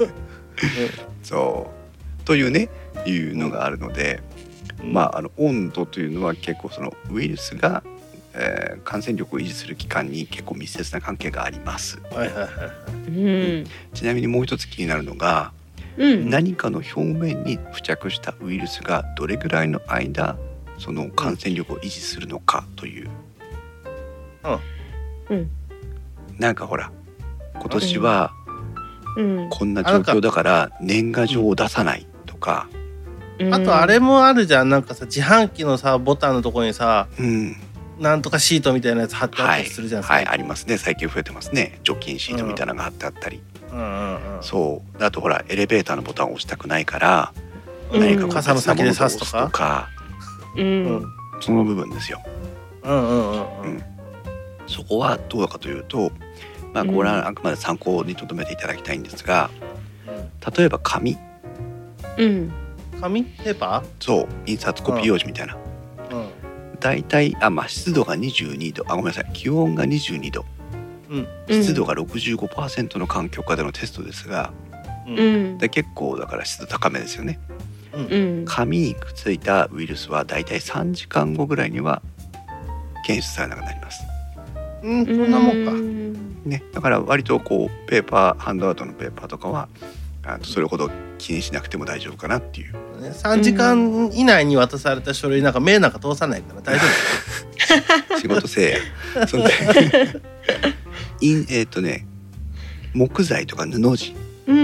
そうというねいうのがあるので、温度というのは結構そのウイルスが、感染力を維持する期間に結構密接な関係があります。ちなみにもう一つ気になるのが、何かの表面に付着したウイルスがどれぐらいの間その感染力を維持するのかという、なんかほら今年はこんな状況だから年賀状を出さないとか、 あとあれもあるじゃん、なんかさ自販機のさボタンのところにさ、なんとかシートみたいなやつ貼ってあったりするじゃん。 はい、ありますね。最近増えてますね。除菌シートみたいなのが貼ってあったり、そうあとほらエレベーターのボタンを押したくないから、何か傘の先で刺すとか、 その部分ですよ。そこはどうかというと、これはあくまで参考に留めていただきたいんですが、例えば紙、 紙ペーパー、 そう印刷コピー用紙みたいな、だいたい湿度が22度、ごめんなさい、気温が22度、湿度が 65% の環境下でのテストですが、で結構だから湿度高めですよね。紙にくっついたウイルスはだいたい3時間後ぐらいには検出されなくなります。 そんなもんか、 ね、だから割とこうペーパー、ハンドアウトのペーパーとかはそれほど気にしなくても大丈夫かなっていう。 3時間以内に渡された書類なんか目なんか通さないから大丈夫仕事せえやそんで木材とか布地、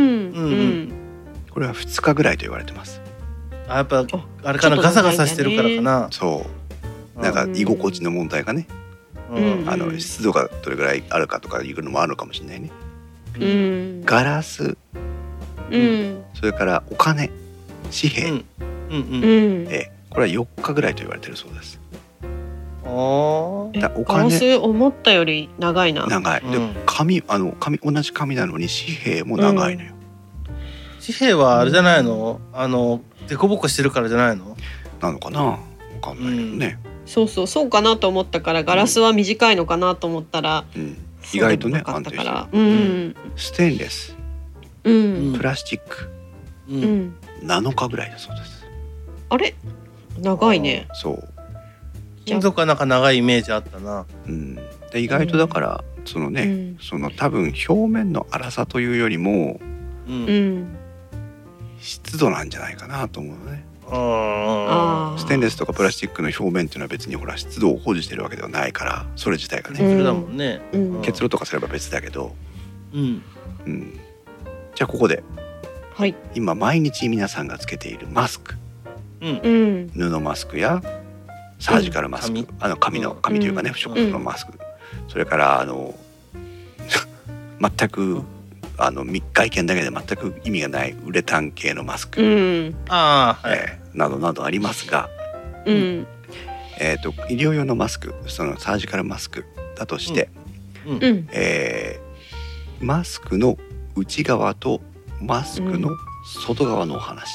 これは2日ぐらいと言われてます。 やっぱあれかな、ガサガサしてるからかな。 そうなんか居心地の問題がね、湿度がどれぐらいあるかとかいうのもあるのかもしれないね。ガラス、それからお金、紙幣、これは4日ぐらいと言われてるそうです。 ガラス思ったより長いな。 長い。で紙同じ紙なのに紙幣も長いのよ。 紙幣はあれじゃないの？デコボコしてるからじゃないの？ なのかな？わかんないけどね。 そうかなと思ったから、ガラスは短いのかなと思ったら、 意外とね安定してる。ステンレス、プラスチック、7日ぐらいだそうです。 あれ長いね。 そう金属はなんか長いイメージあったな。 で意外とだからそのね、その多分表面の粗さというよりも、湿度なんじゃないかなと思うのね。ステンレスとかプラスチックの表面っていうのは別にほら湿度を保持してるわけではないから、それ自体がね、 それだもんね。 結露とかすれば別だけど、じゃあここで、今毎日皆さんがつけているマスク、布マスクやサージカルマスク、紙というかね、不織布のマスク、それから全く外見だけで全く意味がないウレタン系のマスク、などなどありますが、医療用のマスク、そのサージカルマスクだとして、マスクの内側とマスクの外側のお話、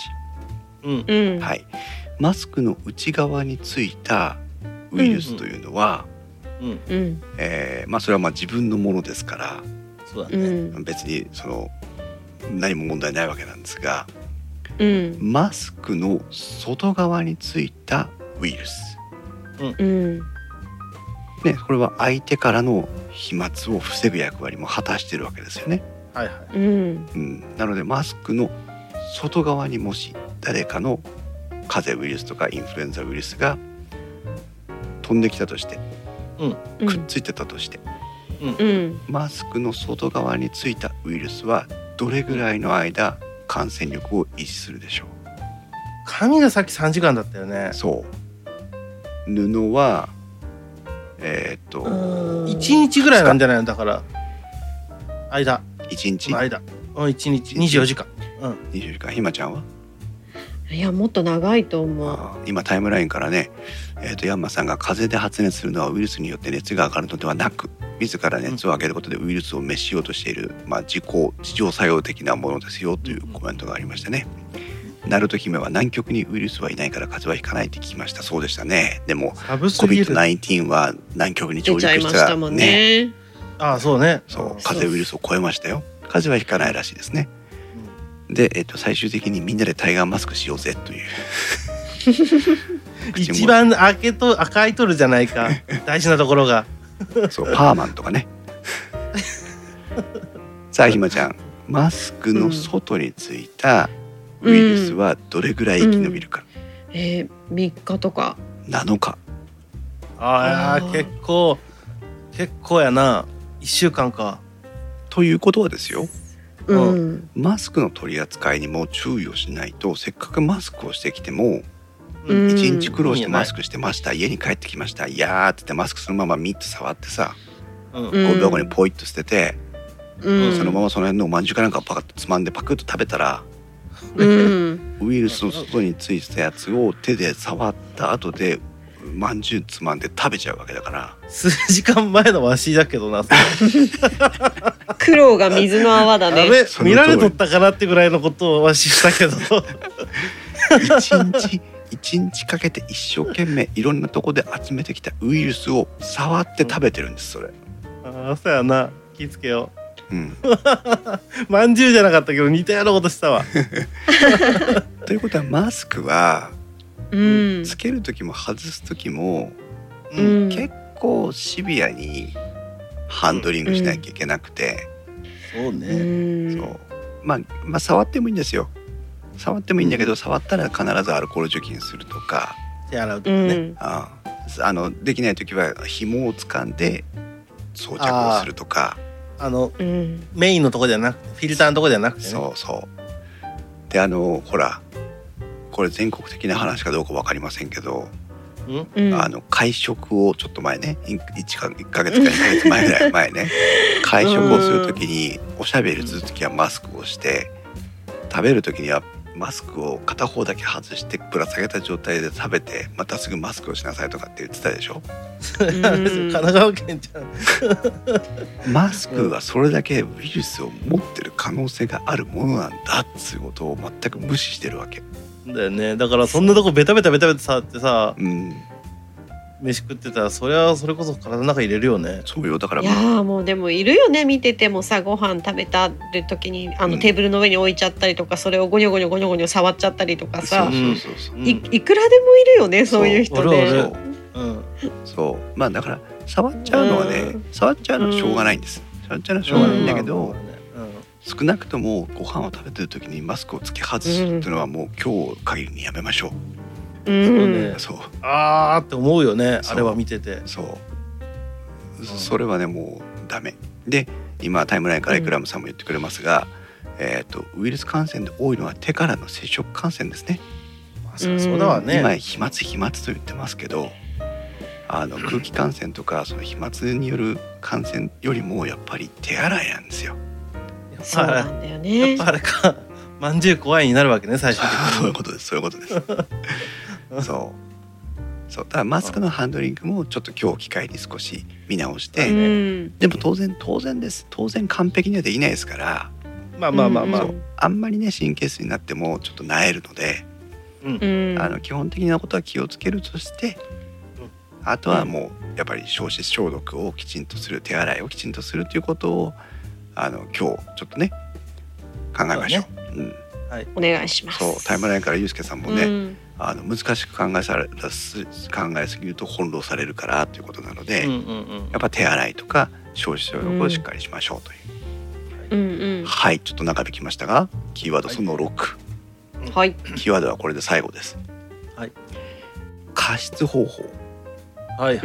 マスクの内側についたウイルスというのは、それは自分のものですから、別にその何も問題ないわけなんですが、マスクの外側についたウイルス、これは相手からの飛沫を防ぐ役割も果たしているわけですよね。なのでマスクの外側にもし誰かの風邪ウイルスとかインフルエンザウイルスが飛んできたとして、 くっついてたとして、マスクの外側についたウイルスはどれぐらいの間感染力を維持するでしょう。 紙がさっき3時間だったよね。 そう布は 1日ぐらいなんじゃないの。だから1日の間1日24時間 24時間。ひまちゃんは？ いやもっと長いと思う。 今タイムラインからね、ヤンマさんが風邪で発熱するのはウイルスによって熱が上がるのではなく、自ら熱を上げることでウイルスを滅しようとしている、自浄作用的なものですよというコメントがありましたね。ナルト姫は南極にウイルスはいないから風邪はひかないって聞きました。そうでしたね。でも COVID-19 は南極に上陸したらね。 そうね。 そう風邪ウイルスを超えましたよ。風邪はひかないらしいですね。で、最終的にみんなでタイガーマスクしようぜという一番赤いとるじゃないか大事なところがそうパーマンとかねさあひまちゃん、マスクの外についたウイルスはどれぐらい生き延びるか。 3日とか 7日。 結構やな。1週間か。 ということはですよ、マスクの取り扱いにも注意をしないと、せっかくマスクをしてきても、1日苦労してマスクしてました、家に帰ってきました、いやーって言ってマスクそのままミッと触ってさ、ゴミ箱にポイッと捨てて、そのままその辺のおまんじゅうかなんかパカッとつまんでパクッと食べたら、ウイルスの外についたやつを手で触った後でまんじゅうつまんで食べちゃうわけだから。 数時間前のわしだけどな苦労が水の泡だね。 見られとったかなってぐらいのことをわししたけど一日かけて一生懸命いろんなとこで集めてきたウイルスを触って食べてるんです。それそうやな。気ぃつけよう。まんじゅうじゃなかったけど似たようなことしたわということはマスクはつける時も外す時も結構シビアにハンドリングしなきゃいけなくて、 そうね。 そうまあ触ってもいいんですよ。触ってもいいんだけど、触ったら必ずアルコール除菌するとか手洗うとかね。 できない時は紐を掴んで装着をするとか、 メインのとこじゃなくてフィルターのとこじゃなくてね。 そうでほらこれ全国的な話かどうか分かりませんけど、会食をちょっと前ね、1ヶ月か2ヶ月前ぐらい前ね会食をする時におしゃべりする時はマスクをして、食べる時にはマスクを片方だけ外してぶら下げた状態で食べて、またすぐマスクをしなさいとかって言ってたでしょ。 神奈川県じゃんマスクはそれだけウイルスを持ってる可能性があるものなんだっていうことを全く無視してるわけだよね。だからそんなとこベタベタ触ってさ、飯食ってたらそれこそ体の中入れるよね。 そうよ。だからいやもうでもいるよね。見ててもさ、ご飯食べたる時にテーブルの上に置いちゃったりとか、それをゴニョゴニョ触っちゃったりとかさ、いくらでもいるよね、そういう人ね。 そうだから触っちゃうのはね、触っちゃうのはしょうがないんです。触っちゃうのはしょうがないんだけど、少なくともご飯を食べてる時にマスクを付け外すっていうのはもう今日限りにやめましょう。 そうね。って思うよね。あれは見てて。 それはねもうダメで、今タイムラインからイクラムさんも言ってくれますが、ウイルス感染で多いのは手からの接触感染ですね。 そうだわね。 今飛沫と言ってますけど、空気感染とかその飛沫による感染よりもやっぱり手洗いなんですよ。 そうなんだよね。 やっぱあれか、まんじゅう怖いになるわけね、最終的に。 そういうことですそうだからマスクのハンドリングもちょっと今日機会に少し見直して、でも当然です。当然完璧にはできないですから、あんまりね神経質になってもちょっと萎えるので、基本的なことは気をつけるとして、あとはもうやっぱり消毒消毒をきちんとする、手洗いをきちんとするということを今日ちょっとね考えましょう。 お願いします。 そうタイムラインからゆうすけさんもね、難しく考えすぎると翻弄されるからということなので、やっぱ手洗いとか消毒をしっかりしましょうという、はい、ちょっと長引きましたがキーワードその6、キーワードはこれで最後です。加湿方法。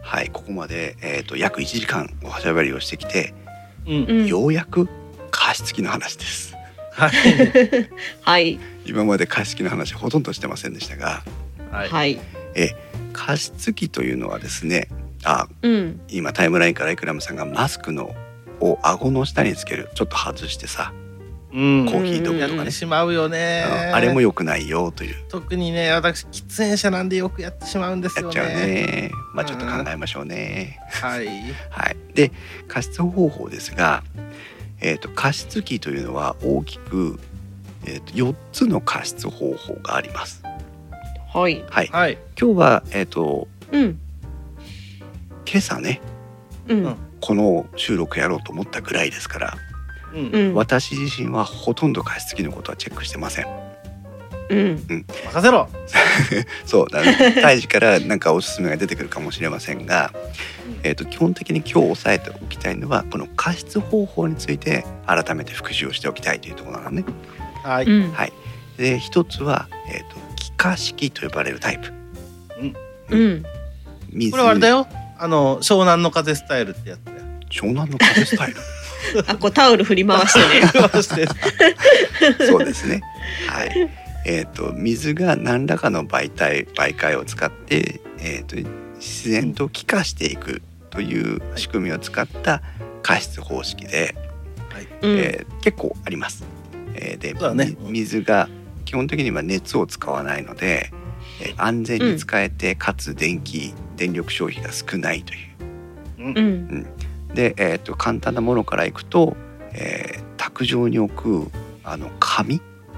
はい、ここまで、約1時間おしゃべりをしてきて、ようやく加湿器の話です。 はい、 はい、 今まで加湿器の話ほとんどしてませんでしたが、 はい、 加湿器というのはですね、今タイムラインからイクラムさんがマスクを顎の下につける、ちょっと外してさ、コーヒー飲むとかね、 しまうよね。 あれも良くないよという。 特にね、私喫煙者なんでよくやってしまうんですよね。 やっちゃうね。まあちょっと考えましょうね。 はい、 はい。で、加湿方法ですが、加湿器というのは大きく、4つの加湿方法があります。 はい、 はいはい、今日は、今朝ね、この収録やろうと思ったぐらいですから、私自身はほとんど加湿器のことはチェックしてません。 任せろそう胎児からなんかおすすめが出てくるかもしれませんが、基本的に今日押さえておきたいのはこの加湿方法について改めて復習をしておきたいというところなのね。 はい、 はい、で一つは、気化式と呼ばれるタイプ。 これはあれだよ、湘南の風スタイルってやつだよ。 湘南の風スタイルこうタオル振り回してねそうですね。はい。水が何らかの媒介を使って、自然と気化していくという仕組みを使った加湿方式で、結構あります。で、水が基本的には熱を使わないので、安全に使えて、かつ電力消費が少ないという。で、簡単なものからいくと、卓上に置く紙、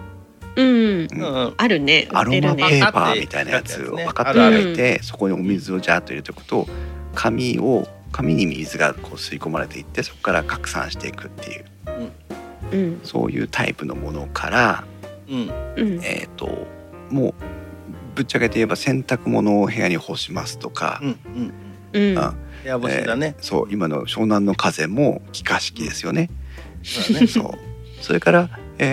あるね、 アロマペーパーみたいなやつをパカッと開いて、そこにお水をジャーッと入れておくと、紙に水がこう吸い込まれていって、そこから拡散していくっていう、そういうタイプのものから、もうぶっちゃけて言えば洗濯物を部屋に干しますとか、 部屋干しだね。 そう、今の湘南の風も気化式ですよね。それから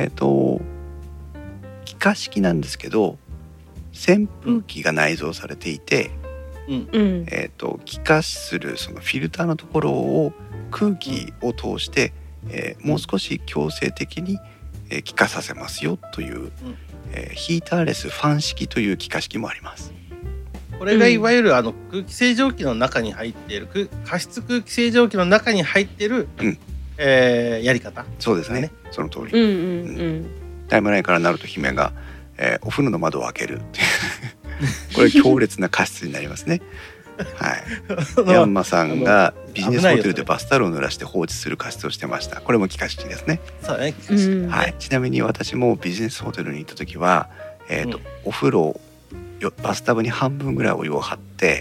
気化式なんですけど、扇風機が内蔵されていて、気化するそのフィルターのところを空気を通して、もう少し強制的に気化させますよという、ヒーターレスファン式という気化式もあります。 これがいわゆる空気清浄機の中に入っている、加湿空気清浄機の中に入っている、やり方。 そうですね、その通り。タイムラインからナルト姫が、お風呂の窓を開けるっていうこれ強烈な加湿になりますね。はい。ヤンマさんがビジネスホテルでバスタオルを濡らして放置する加湿をしてました。これも気化式ですね。 そうね、気化式。 はい。ちなみに私もビジネスホテルに行った時は、お風呂バスタブに半分ぐらいお湯を張って、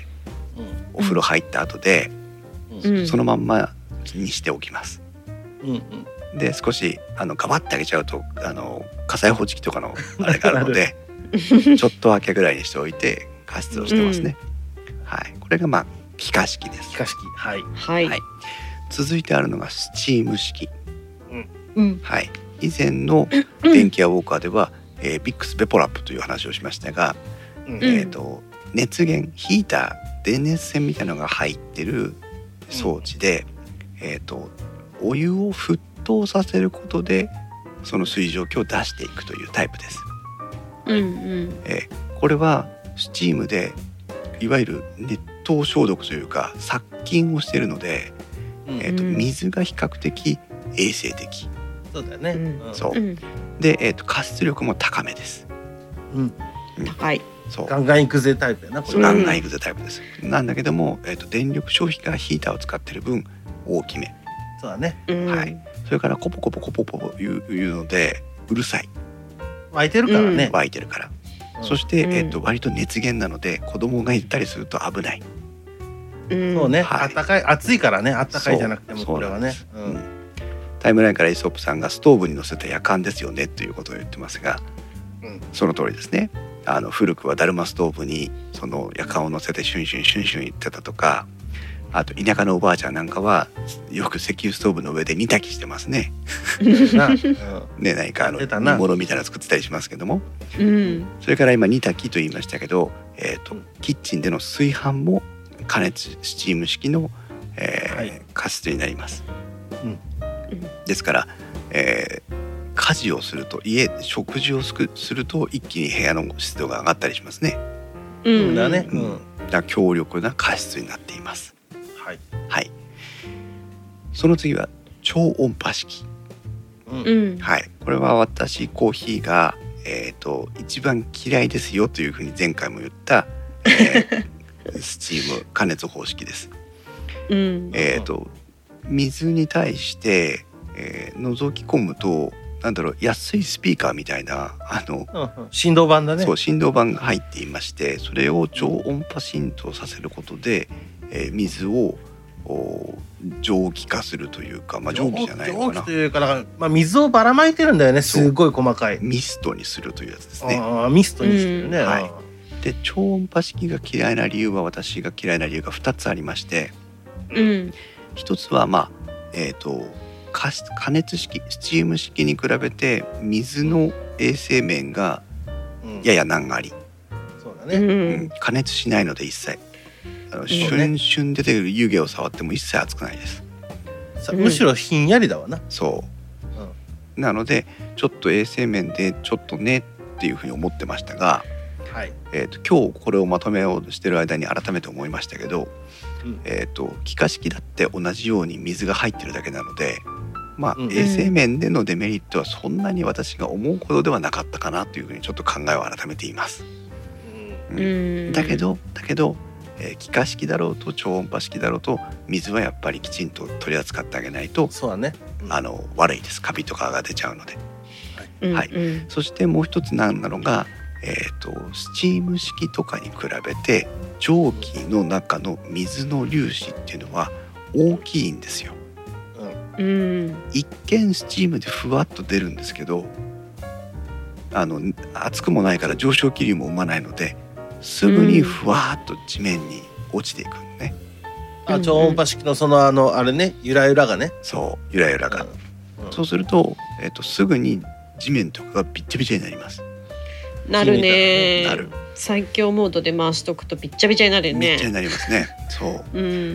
お風呂入った後で、そのまんまにしておきます。で、少しガバッて開けちゃうと火災報知器とかのあれがあるのでちょっと開けぐらいにしておいて加湿をしてますね。はい。これが気化式です。 気化式。はい。 はい。 続いてあるのがスチーム式。はい。以前の電気屋ウォーカーでは、ビックスベポラップという話をしましたが、熱源ヒーター電熱線みたいなのが入ってる装置で、お湯を沸騰させることでその水蒸気を出していくというタイプです。これはスチームでいわゆる熱湯消毒というか殺菌をしているので、水が比較的衛生的。 そうだよね。 そうで、加湿力も高めです。 高い。 そう、 ガンガンいくぜタイプやな。これガンガンいくぜタイプです。なんだけども、電力消費がヒーターを使ってる分大きめ。 そうだね。 はい。それからコポコポコポコ言うのでうるさい。 湧いてるからね。 湧いてるから。そして、割と熱源なので子供がいたりすると危ない。 そうね。暖かい、暑いからね。暖かいじゃなくてもこれはね。 タイムラインからイソップさんがストーブに乗せた夜間ですよねということを言ってますが、その通りですね。古くはダルマストーブにその夜間を乗せてシュンシュンシュンシュン言ってたとか、あと田舎のおばあちゃんなんかはよく石油ストーブの上で煮炊きしてますね。ね、何か煮物みたいなの作ってたりしますけども、それから今煮炊きと言いましたけど、キッチンでの炊飯も加熱スチーム式の、加湿になります。ですから、家事をすると食事をすると一気に部屋の湿度が上がったりしますね。だから強力な加湿になっています。はい。その次は超音波式。はい。これは私コーヒーが一番嫌いですよというふうに前回も言った、スチーム加熱方式です。水に対して、覗き込むと安いスピーカーみたいな振動板だね。 そう、振動板が入っていまして、それを超音波振動させることで、水を蒸気化するというか、蒸気じゃないのかな。 蒸気というか、水をばらまいてるんだよね。すごい細かいミストにするというやつですね。 ミストにしてるね。 で超音波式が嫌いな理由は私が嫌いな理由が2つありまして、1つは加熱式スチーム式に比べて水の衛生面がやや難あり。 そうだね。 加熱しないので一切シュンシュン出てくる湯気を触っても一切熱くないです。 むしろひんやりだわな。 そう、なのでちょっと衛生面でちょっとねっていうふうに思ってましたが、今日これをまとめをしてる間に改めて思いましたけど、気化式だって同じように水が入ってるだけなので、衛生面でのデメリットはそんなに私が思うほどではなかったかなというふうにちょっと考えを改めています。だけど気化式だろうと超音波式だろうと水はやっぱりきちんと取り扱ってあげないと、 そうだね、 悪いです。カビとかが出ちゃうので。そしてもう一つなのが、スチーム式とかに比べて蒸気の中の水の粒子っていうのは大きいんですよ。一見スチームでふわっと出るんですけど、熱くもないから上昇気流も生まないのですぐにふわっと地面に落ちていくのね。 超音波式のあれね、ゆらゆらがね。 そう、ゆらゆらが。そうすると、すぐに地面とかがびっちゃびちゃになります。 なるね。最強モードで回しとくとびっちゃびちゃになるね。 びっちゃになりますね。そう。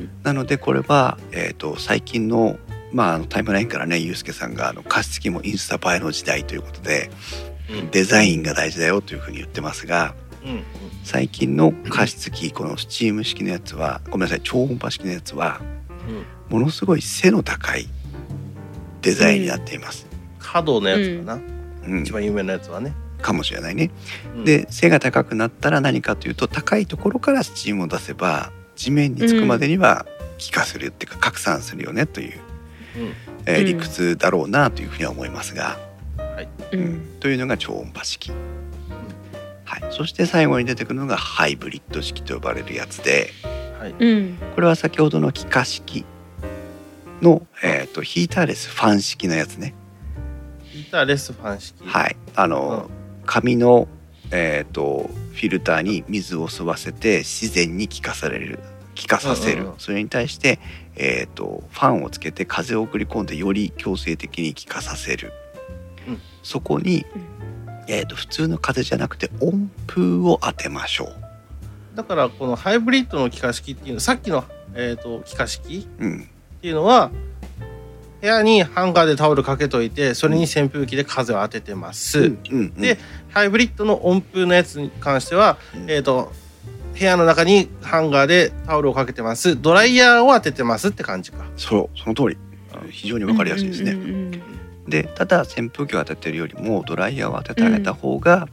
なのでこれは最近のタイムラインからね、ゆうすけさんが加湿器もインスタ映えの時代ということで、デザインが大事だよというふうに言ってますが、最近の加湿器、このスチーム式のやつは、ごめんなさい、超音波式のやつは、ものすごい背の高いデザインになっています。 角のやつかな、一番有名なやつはね。 かもしれないね。で、背が高くなったら何かというと、高いところからスチームを出せば地面につくまでには気化するっていうか拡散するよねという、理屈だろうなというふうには思いますが、というのが超音波式。そして最後に出てくるのがハイブリッド式と呼ばれるやつで、これは先ほどの気化式の、ヒーターレスファン式のやつね。 ヒーターレスファン式。 紙の、フィルターに水を吸わせて自然に気化させる。それに対して、ファンをつけて風を送り込んでより強制的に気化させる。そこに、普通の風じゃなくて温風を当てましょう。 だからこのハイブリッドの気化式っていうの、さっきの、気化式っていうのは、部屋にハンガーでタオルかけといて、それに扇風機で風を当ててます。でハイブリッドの温風のやつに関しては、部屋の中にハンガーでタオルをかけてます。ドライヤーを当ててますって感じか。 その通り。非常に分かりやすいですね。で、ただ扇風機を当ててるよりもドライヤーを当ててあげた方が、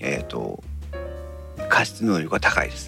加湿能力が高いです。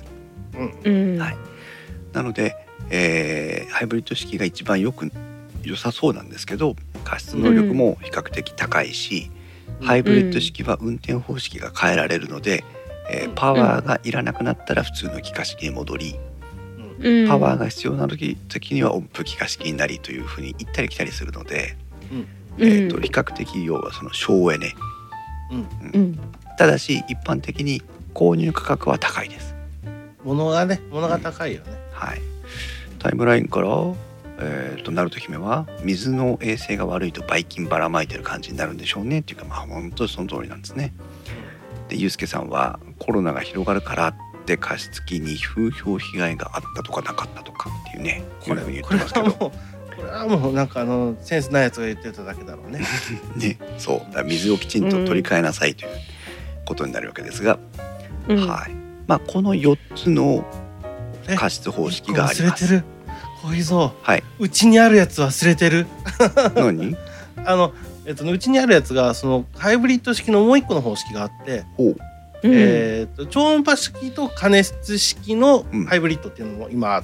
なので、ハイブリッド式が一番良さそうなんですけど、加湿能力も比較的高いし、ハイブリッド式は運転方式が変えられるので、パワーがいらなくなったら普通の気化式に戻り、パワーが必要な時には温風気化式になりというふうに行ったり来たりするので、比較的要はその省エネ、ただし一般的に購入価格は高いです。 物が高いよね。 タイムラインからナルト姫は水の衛生が悪いとばい菌ばらまいてる感じになるんでしょうねっていうか、本当にその通りなんですね。で、ゆうすけさんはコロナが広がるからって加湿器に風評被害があったとかなかったとかっていうね、これ言ってますけど、 これはもうなんかセンスないやつが言ってただけだろうね。 ね、そうだから水をきちんと取り替えなさいということになるわけですが、はい。まあこの4つの加湿方式があります。忘れてる。 小泉、 はい。 うちにあるやつ忘れてる。 何？ うちにあるやつがそのハイブリッド式のもう一個の方式があって、超音波式と加熱式のハイブリッドっていうのも今あって、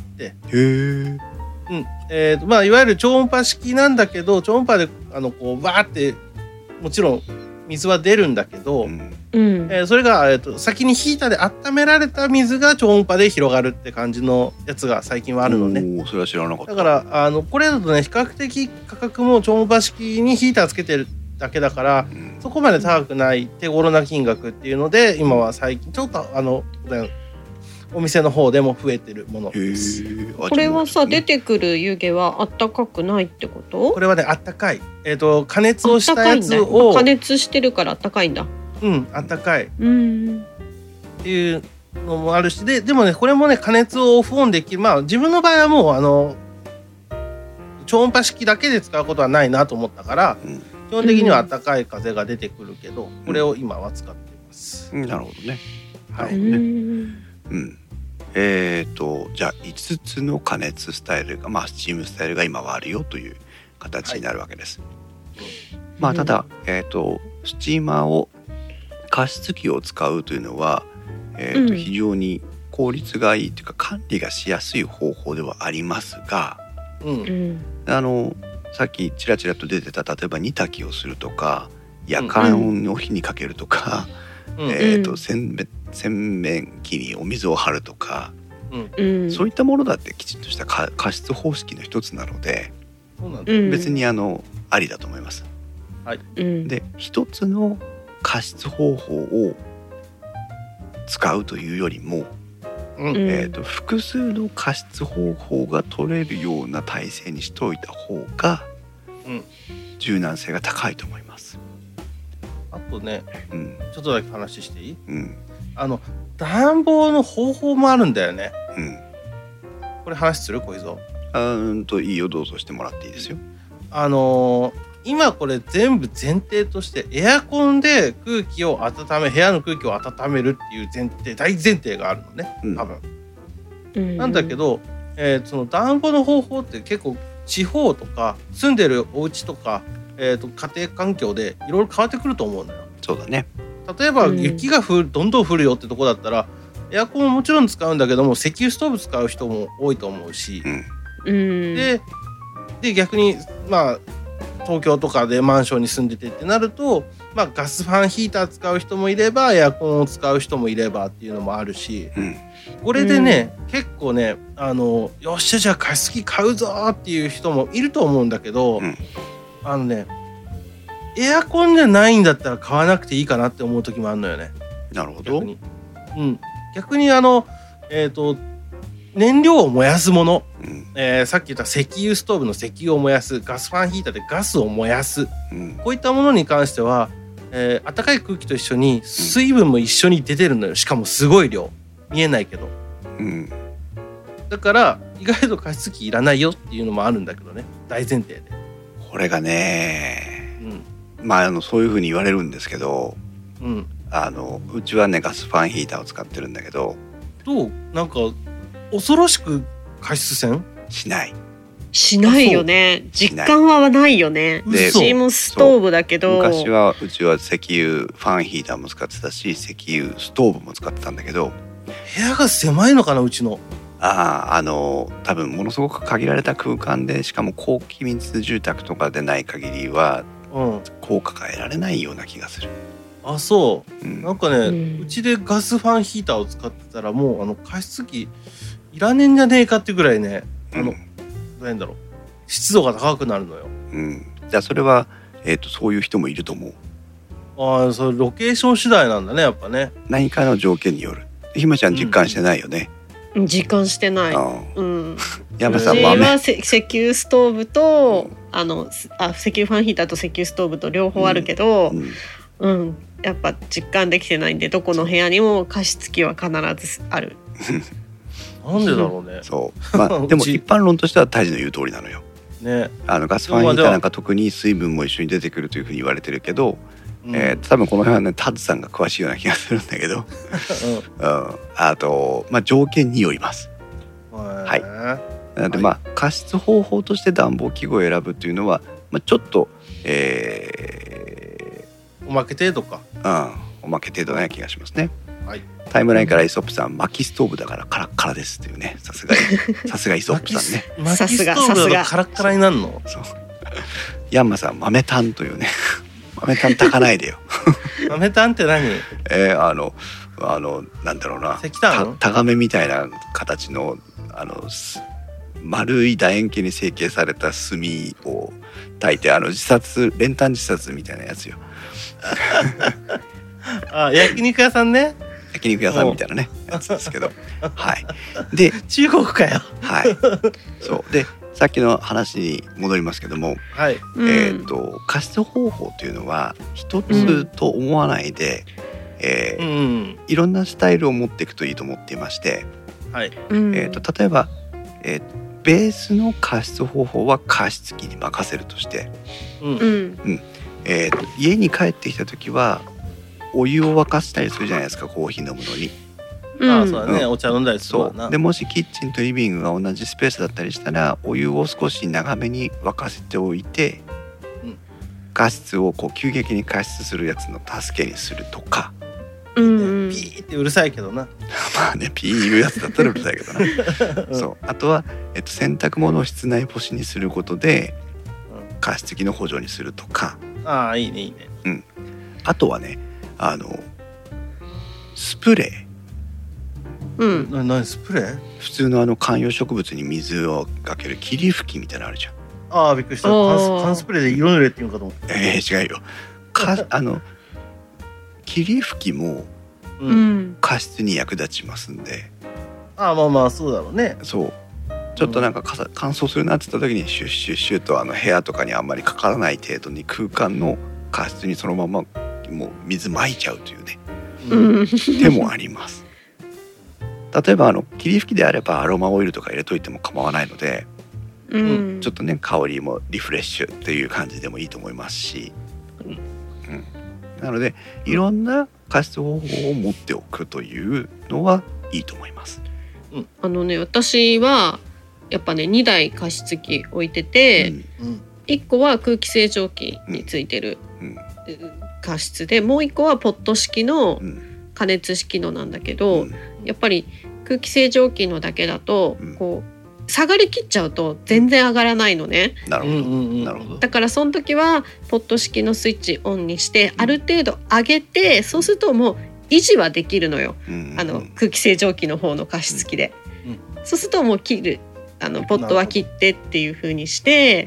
まあいわゆる超音波式なんだけど、超音波でこうバーってもちろん水は出るんだけど、それが先にヒーターで温められた水が超音波で広がるって感じのやつが最近はあるのね。 それは知らなかった。 だからこれだとね、比較的価格も超音波式にヒーターつけてるだけだから、そこまで高くない手頃な金額っていうので、今は最近ちょっとお店の方でも増えてるものです。 これはさ、出てくる湯気はあったかくないってこと？ これはね、あったかい。加熱をしたやつを加熱してるからあったかいんだ。 あったかい。っていうのもあるし、でもね、これもね、加熱をオフオンできる。まあ自分の場合はもう超音波式だけで使うことはないなと思ったから、基本的にはあったかい風が出てくるけど、これを今は使っています。 なるほどね。 はい。 じゃあ5つの加熱スタイルが、スチームスタイルが今はあるよという形になるわけです。ただ、スチーマーを加湿器を使うというのは、非常に効率がいいというか管理がしやすい方法ではありますが、さっきちらちらと出てた、例えば煮炊きをするとか夜間を火にかけるとか、洗面器にお水を張るとか、そういったものだってきちんとした加湿方式の一つなので、別にありだと思います。で、一つの加湿方法を使うというよりも、複数の加湿方法が取れるような体制にしておいた方が柔軟性が高いと思います。 あとね、ちょっとだけ話していい？暖房の方法もあるんだよね。これ話する？小泉。 いいよ、どうぞしてもらっていいですよ。 今これ全部前提としてエアコンで空気を温め、部屋の空気を温めるっていう大前提があるのね、多分。なんだけど、その暖房の方法って結構地方とか住んでるお家とか、家庭環境でいろいろ変わってくると思うのよ。 そうだね。 例えば雪がどんどん降るよってとこだったら、エアコンももちろん使うんだけども、石油ストーブ使う人も多いと思うし、で逆に東京とかでマンションに住んでてってなると、ガスファンヒーター使う人もいればエアコンを使う人もいればっていうのもあるし、これでね、結構ね、よっしゃじゃあ加湿器買うぞっていう人もいると思うんだけど、エアコンじゃないんだったら買わなくていいかなって思う時もあるのよね。 なるほど。 逆に燃料を燃やすもの、さっき言った石油ストーブの石油を燃やす、ガスファンヒーターでガスを燃やす、こういったものに関しては、暖かい空気と一緒に水分も一緒に出てるのよ。しかもすごい量、見えないけど、だから意外と加湿器いらないよっていうのもあるんだけどね、大前提で。 これがね、そういう風に言われるんですけど、うちはねガスファンヒーターを使ってるんだけど、 なんか恐ろしく加湿せん？ しないよね。実感はないよね。スチームストーブだけど、 昔はうちは石油ファンヒーターも使ってたし、石油ストーブも使ってたんだけど、 部屋が狭いのかな、うちの。 多分ものすごく限られた空間で、しかも高気密住宅とかでない限りは、効果が得られないような気がする。 そう、なんかね、うちでガスファンヒーターを使ってたら、もう加湿器いらねえんじゃねえかってぐらいね、どうやんだろう、湿度が高くなるのよ。 じゃあそれは、そういう人もいると思う。それロケーション次第なんだね、やっぱね。 何かの条件による。ひまちゃん実感してないよね。 実感してない。 山さんは石油ストーブと石油ファンヒーターと石油ストーブと両方あるけど、 やっぱ実感できてないんで、どこの部屋にも加湿器は必ずある。 なんでだろうね。 そう、まあ、でも一般論としてはタイジの言う通りなのよ。 ね、 ガスファンヒーターなんか特に水分も一緒に出てくるというふうに言われてるけど、多分この辺はねタズさんが詳しいような気がするんだけど、あと、まあ、条件によります。はい。なので、まあ、加湿方法として暖房器具を選ぶというのは、まあ、ちょっと、 おまけ程度か。 おまけ程度な気がしますね。 はい。 タイムラインからイソップさん、薪ストーブだからカラッカラですっていうね、さすがイソップさんね。 薪ストーブだとカラッカラになるの？ そう。ヤンマさん、豆炭というね、豆炭炊かないでよ。 豆炭って何？ なんだろうな、 石炭？ タガメみたいな形の丸い楕円形に成形された炭を炊いて、練炭自殺みたいなやつよ。 焼肉屋さんね。 焼肉屋さんみたいなねやつですけど、はい。で、 中国かよ。 はい。そうで、さっきの話に戻りますけども、 はい。 加湿方法というのは一つと思わないで、いろんなスタイルを持っていくといいと思っていまして、はい。例えば、ベースの加湿方法は加湿器に任せるとして、家に帰ってきた時はお湯を沸かしたりするじゃないですか、コーヒー飲むのに。 そうだね、お茶飲んだりするわな。 でもしキッチンとリビングが同じスペースだったりしたら、お湯を少し長めに沸かせておいて、加湿を急激に加湿するやつの助けにするとか。 ピーってうるさいけどな。 まあね、ピーいうやつだったらうるさいけどな。そう、あとは、洗濯物を室内干しにすることで加湿器の補助にするとか。 いいねいいね。 あとはね、スプレー。何スプレー？ 普通の観葉植物に水をかける霧吹きみたいなのあるじゃん。 びっくりした。缶スプレーで色濡れって言うかと思った。 違うよ。霧吹きも加湿に役立ちますんで。 まあそうだろうね。 そう。ちょっとなんか乾燥するなって言った時にシュッシュッシュッと部屋とかにあんまりかからない程度に空間の加湿にそのままもう水まいちゃうというね、手もあります。例えば霧吹きであればアロマオイルとか入れといても構わないので、ちょっとね香りもリフレッシュっていう感じでもいいと思いますし、なのでいろんな加湿方法を持っておくというのはいいと思います。 私はやっぱね2台加湿器置いてて、1個は空気清浄機についてる加湿で、もう1個はポット式の加熱式のなんだけど、やっぱり空気清浄機のだけだと下がりきっちゃうと全然上がらないのね。 なるほど。 だからその時はポット式のスイッチオンにしてある程度上げて、そうするともう維持はできるのよ、空気清浄機の方の加湿器で。そうするともう切るポットは切ってっていう風にして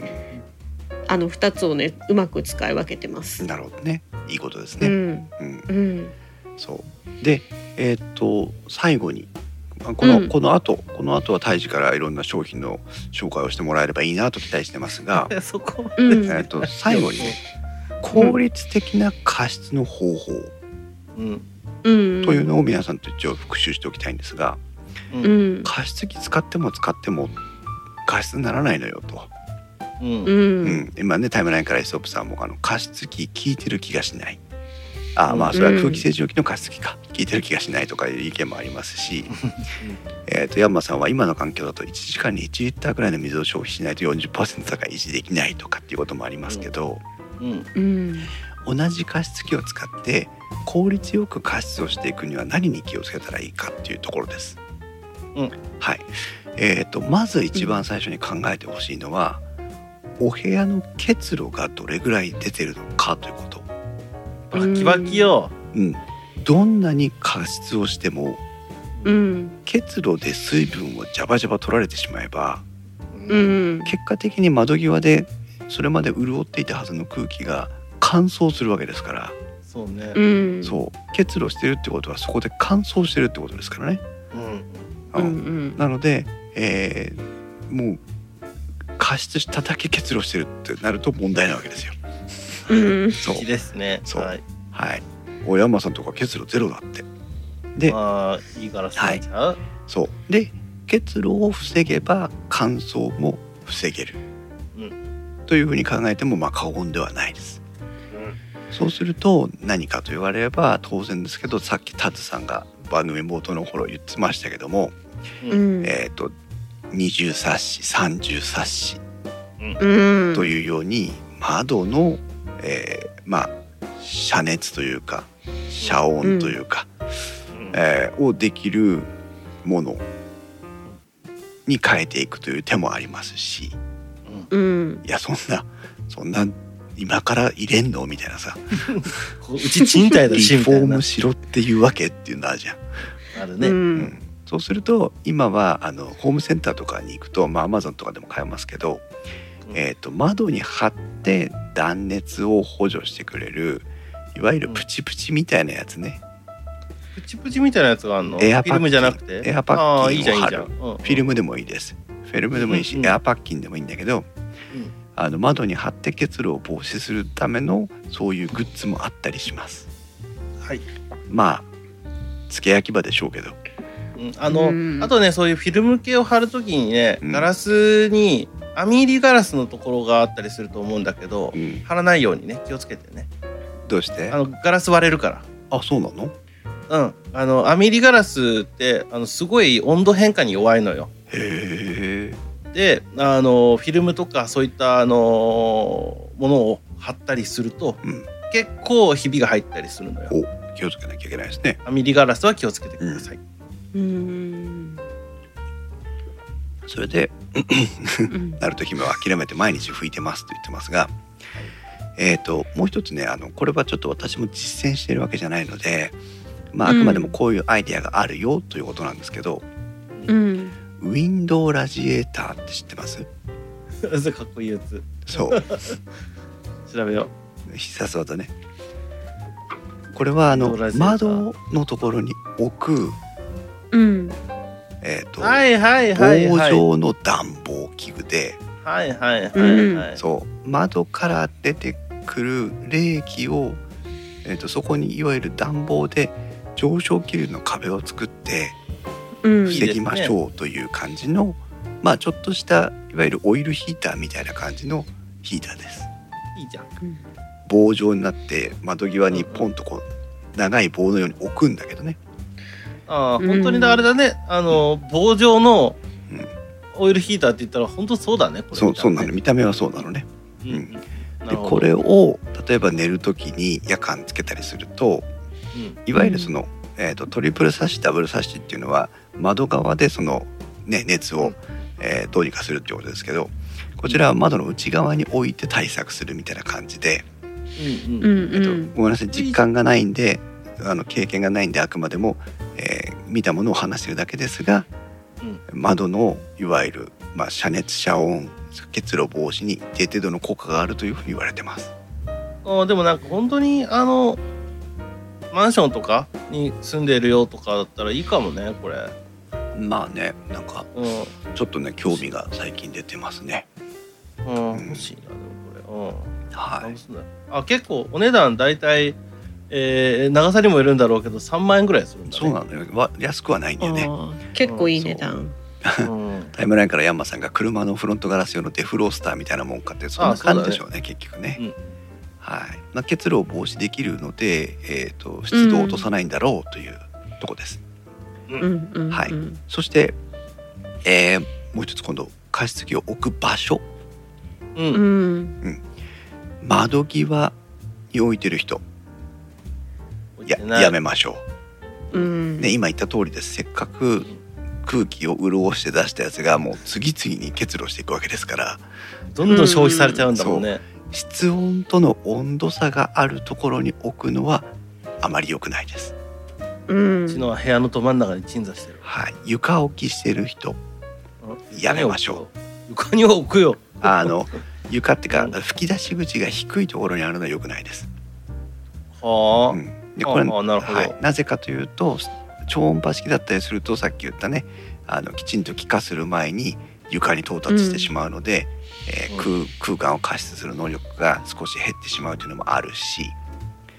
2つをねうまく使い分けてます。 なるほどね、いいことですね。そうで最後にこの後はタイジからいろんな商品の紹介をしてもらえればいいなと期待してますが最後にね、効率的な加湿の方法というのを皆さんと一応復習しておきたいんですが、加湿器使っても加湿にならないのよと。今ねタイムラインからイソップさんも加湿器効いてる気がしない、それは空気清浄機の加湿器か効いてる気がしないとかいう意見もありますしヤンマさんは今の環境だと1時間に1リッターくらいの水を消費しないと 40% 差が維持できないとかっていうこともありますけど、同じ加湿器を使って効率よく加湿をしていくには何に気をつけたらいいかっていうところです。はい。まず一番最初に考えてほしいのは、お部屋の結露がどれぐらい出てるのかということ。 バキバキよ。 どんなに加湿をしても、結露で水分をジャバジャバ取られてしまえば、結果的に窓際でそれまで潤っていたはずの空気が乾燥するわけですから。 そうね。 結露してるってことはそこで乾燥してるってことですからね。なので、もう加湿しただけ結露してるってなると問題なわけですよ。 そうですね。 はい。大山さんとか結露ゼロだって。で、 いいガラスなんちゃう、はい、 そうで結露を防げば乾燥も防げる、というふうに考えても過言ではないです。そうすると何かと言われれば当然ですけど、さっきタズさんが番組冒頭の頃言ってましたけども、二重サッシ三重サッシ、というように窓の、遮熱というか遮音というか、をできるものに変えていくという手もありますし、いやそんな今から入れんのみたいなさうち賃貸だしリフォームしろっていうわけっていうのあるじゃん。 あるね、 そうすると今はホームセンターとかに行くとAmazonとかでも買えますけど、窓に貼って断熱を補助してくれるいわゆるプチプチみたいなやつね、 プチプチみたいなやつがあるの？フィルムじゃなくてエアパッキンを貼る。フィルムでもいいです。フィルムでもいいし、エアパッキンでもいいんだけど、窓に貼って結露を防止するためのそういうグッズもあったりします。 はい。 付け焼き場でしょうけど、 あとね、そういうフィルム系を貼るときにね、ガラスに網入りガラスのところがあったりすると思うんだけど、貼らないようにね気をつけてね。 どうして？ ガラス割れるから。 あ、そうなの？ 網入りガラスってすごい温度変化に弱いのよ。 へえ。 でフィルムとかそういったものを貼ったりすると、結構ひびが入ったりするのよ。 気をつけなきゃいけないですね。 網入りガラスは気をつけてください。 それでナルト姫は諦めて毎日拭いてますと言ってますが、もう一つね、これはちょっと私も実践しているわけじゃないので、あくまでもこういうアイデアがあるよということなんですけど、ウィンドウラジエーターって知ってます？ かっこいいやつ。 そう調べよう。必殺技ね。これは窓のところに置く、棒状の暖房器具で、そう窓から出てくる冷気を、そこにいわゆる暖房で上昇気流の壁を作って防ぎましょうという感じの、ちょっとしたいわゆるオイルヒーターみたいな感じのヒーターです。 いいじゃん。 棒状になって窓際にポンとこう長い棒のように置くんだけどね。 本当にあれだね、棒状のオイルヒーターって言ったら本当そうだね。これそうなの、見た目はそうなのね。でこれを例えば寝る時に夜間つけたりすると、いわゆるその、トリプルサッシダブルサッシっていうのは窓側でその、熱を、どうにかするってことですけど、こちらは窓の内側に置いて対策するみたいな感じで、ごめんなさい、実感がないんで経験がないんであくまでも、見たものを話してるだけですが、窓のいわゆる、遮熱遮音結露防止に一定程度の効果があるというふうに言われてます。 でもなんか本当にマンションとかに住んでるよとかだったらいいかもね、これ。 なんか、ちょっとね興味が最近出てますね。 欲しいなでもこれ。はい。結構お値段だいたい長さにもいるんだろうけど3万円ぐらいするんだね。 そうなんだよ。安くはないんだよね。 結構いい値段。 タイムラインからヤンマさんが車のフロントガラス用のデフロースターみたいなもんかって、そんな感じでしょうね、結局ね。はい。結露を防止できるので、湿度を落とさないんだろうというとこです。はい。そして、もう一つ今度加湿器を置く場所。窓際に置いてる人、やめましょう。今言った通りです。せっかく空気を潤して出したやつがもう次々に結露していくわけですから、 どんどん消費されちゃうんだもんね。 室温との温度差があるところに置くのはあまり良くないです。 うちのは部屋のど真ん中に鎮座してる。 はい、床置きしてる人やめましょう。 床には置くよ。 床ってか吹き出し口が低いところにあるのは良くないです。でこれなぜかというと、超音波式だったりするとさっき言ったね、きちんと気化する前に床に到達してしまうので、空間を加湿する能力が少し減ってしまうというのもあるし、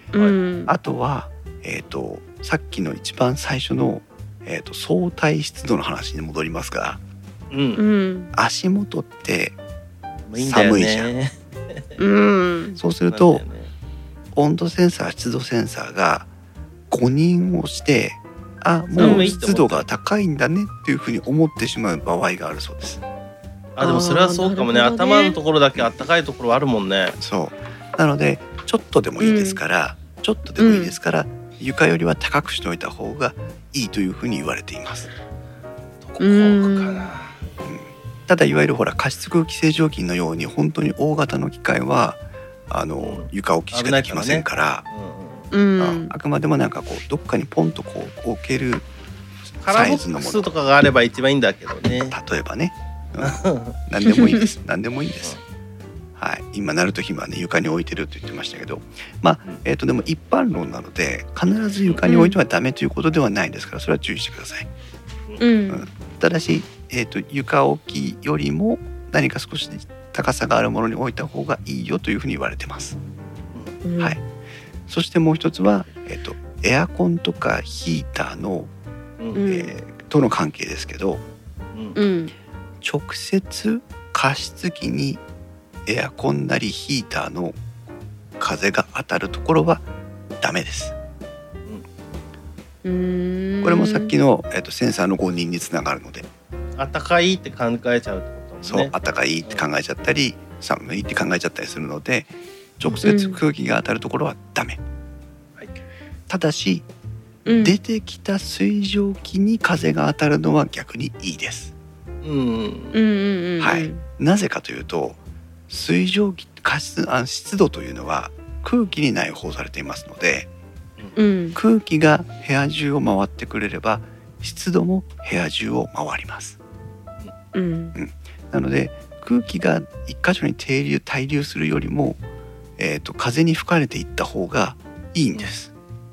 あとは、さっきの一番最初の、相対湿度の話に戻りますが、足元って寒いじゃん。そうすると、温度センサー湿度センサーが誤認をして、もう湿度が高いんだねっていうふうに思ってしまう場合があるそうです。 でもそれはそうかもね。頭のところだけ暖かいところあるもんね。 そうなのでちょっとでもいいですから、床よりは高くしておいた方がいいというふうに言われています。 どこかな。 ただいわゆるほら加湿空気清浄機のように本当に大型の機械は床置きしかできませんから、あくまでもなんかこうどっかにポンとこう置けるサイズのもの、カラーボックスとかがあれば一番いいんだけどね。 例えばね、何でもいいです。何でもいいんです。はい、今なると今ね床に置いてると言ってましたけど、でも一般論なので必ず床に置いてはダメということではないですから、それは注意してください。ただし、床置きよりも何か少し高さがあるものに置いた方がいいよというふうに言われてます。はい。そしてもう一つは、エアコンとかヒーターの、との関係ですけど、直接加湿器にエアコンなりヒーターの風が当たるところはダメです。これもさっきの、センサーの誤認につながるので、 暖かいって考えちゃうってことね。 そう暖かいって考えちゃったり、寒いって考えちゃったりするので、直接空気が当たるところはダメ。ただし、出てきた水蒸気に風が当たるのは逆にいいです。はい。なぜかというと、水蒸気湿度というのは空気に内包されていますので、空気が部屋中を回ってくれれば湿度も部屋中を回ります。なので空気が一箇所に滞留するよりも、風に吹かれていった方がいいんです。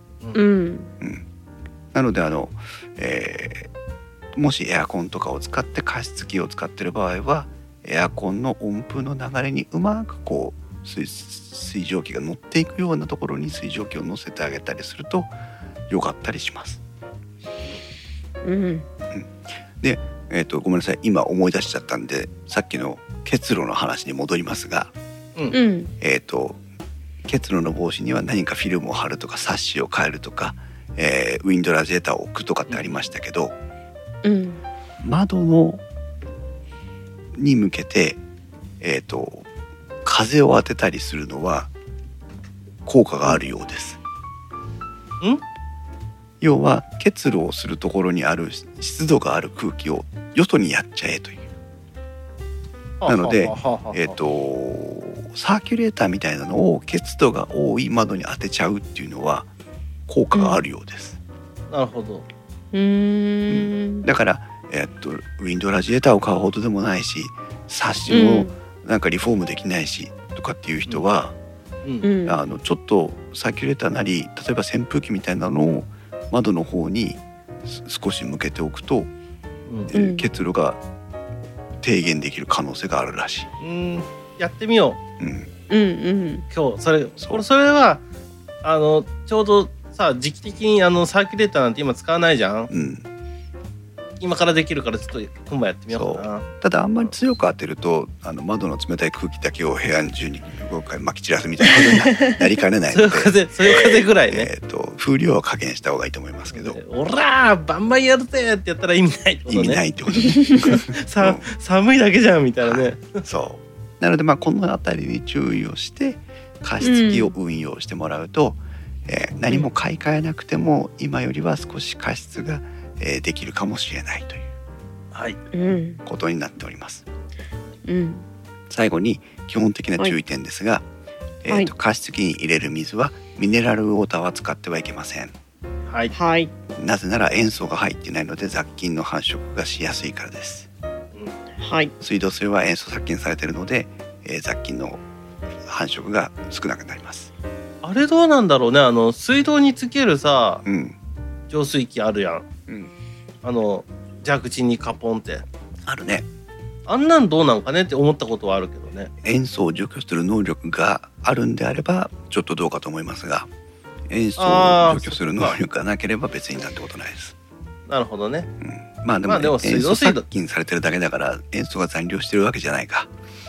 なのでもしエアコンとかを使って加湿器を使っている場合は、エアコンの温風の流れにうまくこう水蒸気が乗っていくようなところに水蒸気を乗せてあげたりするとよかったりします。で、ごめんなさい、今思い出しちゃったんでさっきの結露の話に戻りますが、結露の防止には何かフィルムを貼るとかサッシを変えるとか、ウィンドラジエーターを置くとかってありましたけど、窓に向けて、風を当てたりするのは効果があるようです。要は結露をするところにある湿度がある空気をよそにやっちゃえという。なので、サーキュレーターみたいなのを結露が多い窓に当てちゃうっていうのは効果があるようです。 なるほど。 だから、ウィンドウラジエーターを買うほどでもないし、サッシもなんかリフォームできないしとかっていう人は、ちょっとサーキュレーターなり、例えば扇風機みたいなのを窓の方に少し向けておくと、結露が低減できる可能性があるらしい。 やってみよう。今日それはちょうどさ、時期的にサーキュレーターなんて今使わないじゃん。今からできるからちょっと今晩やってみようかな。 ただあんまり強く当てると窓の冷たい空気だけを部屋中にまき散らすみたいなことになりかねないのでそういう風ぐらいね。 風量は加減した方がいいと思いますけど、 おらーバンバンやるぜってやったら意味ないってことね。 意味ないってことね寒いだけじゃんみたいなね。 そうなので、このあたりに注意をして加湿器を運用してもらうと、何も買い替えなくても今よりは少し加湿ができるかもしれないということになっております。最後に基本的な注意点ですが、加湿器に入れる水はミネラルウォーターは使ってはいけません。なぜなら塩素が入っていないので雑菌の繁殖がしやすいからです。水道水は塩素殺菌されているので、雑菌の繁殖が少なくなります。 あれどうなんだろうね。水道につけるさ、浄水器あるやん。蛇口にカポンってあるね。 あんなんどうなんかねって思ったことはあるけどね。 塩素を除去する能力があるんであればちょっとどうかと思いますが、 塩素を除去する能力がなければ別になんてことないです。 なるほどね。 まあでも、ね、塩素殺菌されてるだけだから塩素が残留してるわけじゃないか。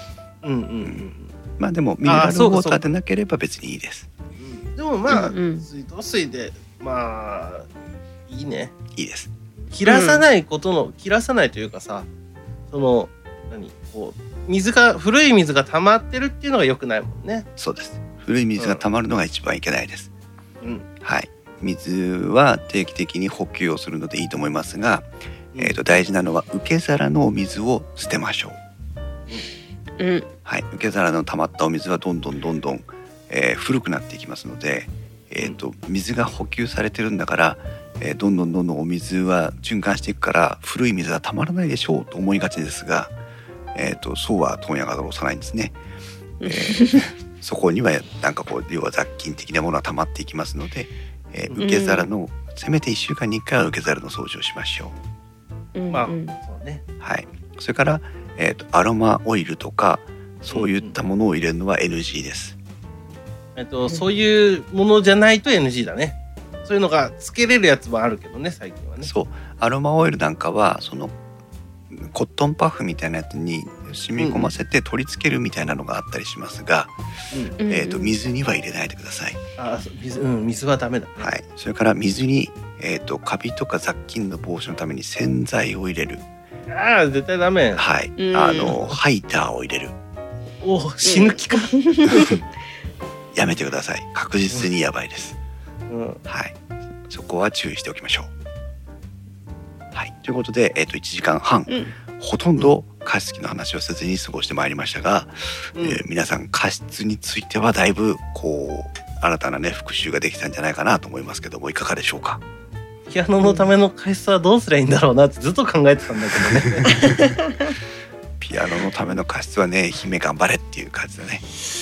まあでもミネラルウォーターでなければ別にいいです。 でもまあ、水道水でまあいいね。 いいです。 切らさないことの、切らさないというかさ、そのこう古い水が溜まってるっていうのが良くないもんね。 そうです。古い水が溜まるのが一番いけないです。はい。水は定期的に補給をするのでいいと思いますが、大事なのは受け皿のお水を捨てましょう。はい。受け皿の溜まったお水はどんどん、古くなっていきますので、水が補給されてるんだから、どんどんお水は循環していくから古い水は溜まらないでしょうと思いがちですが、そうは問屋が卸さないんですね。そこにはなんかこう要は雑菌的なものは溜まっていきますので、受け皿のせめて1週間に1回は受け皿の掃除をしましょう。 まあそうね。 はい。それから、アロマオイルとかそういったものを入れるのは NG です。 そういうものじゃないと NG だね。そういうのがつけれるやつもあるけどね、最近はね。 そう、アロマオイルなんかはそのコットンパフみたいなやつに染み込ませて取り付けるみたいなのがあったりしますが、水には入れないでください。 水はダメだ、ね。 はい。それから水にカビとか雑菌の防止のために洗剤を入れる。 絶対ダメ。 はい。ハイターを入れる。 死ぬ気か。 やめてください。確実にやばいです。はい。そこは注意しておきましょう。はい。ということで、1時間半、ほとんど加湿器の話をせずに過ごしてまいりましたが、皆さん加湿についてはだいぶこう新たなね復習ができたんじゃないかなと思いますけども、いかがでしょうか。 ピアノのための加湿はどうすりゃいいんだろうなってずっと考えてたんだけどね。 ピアノのための加湿はね、姫頑張れっていう感じだね。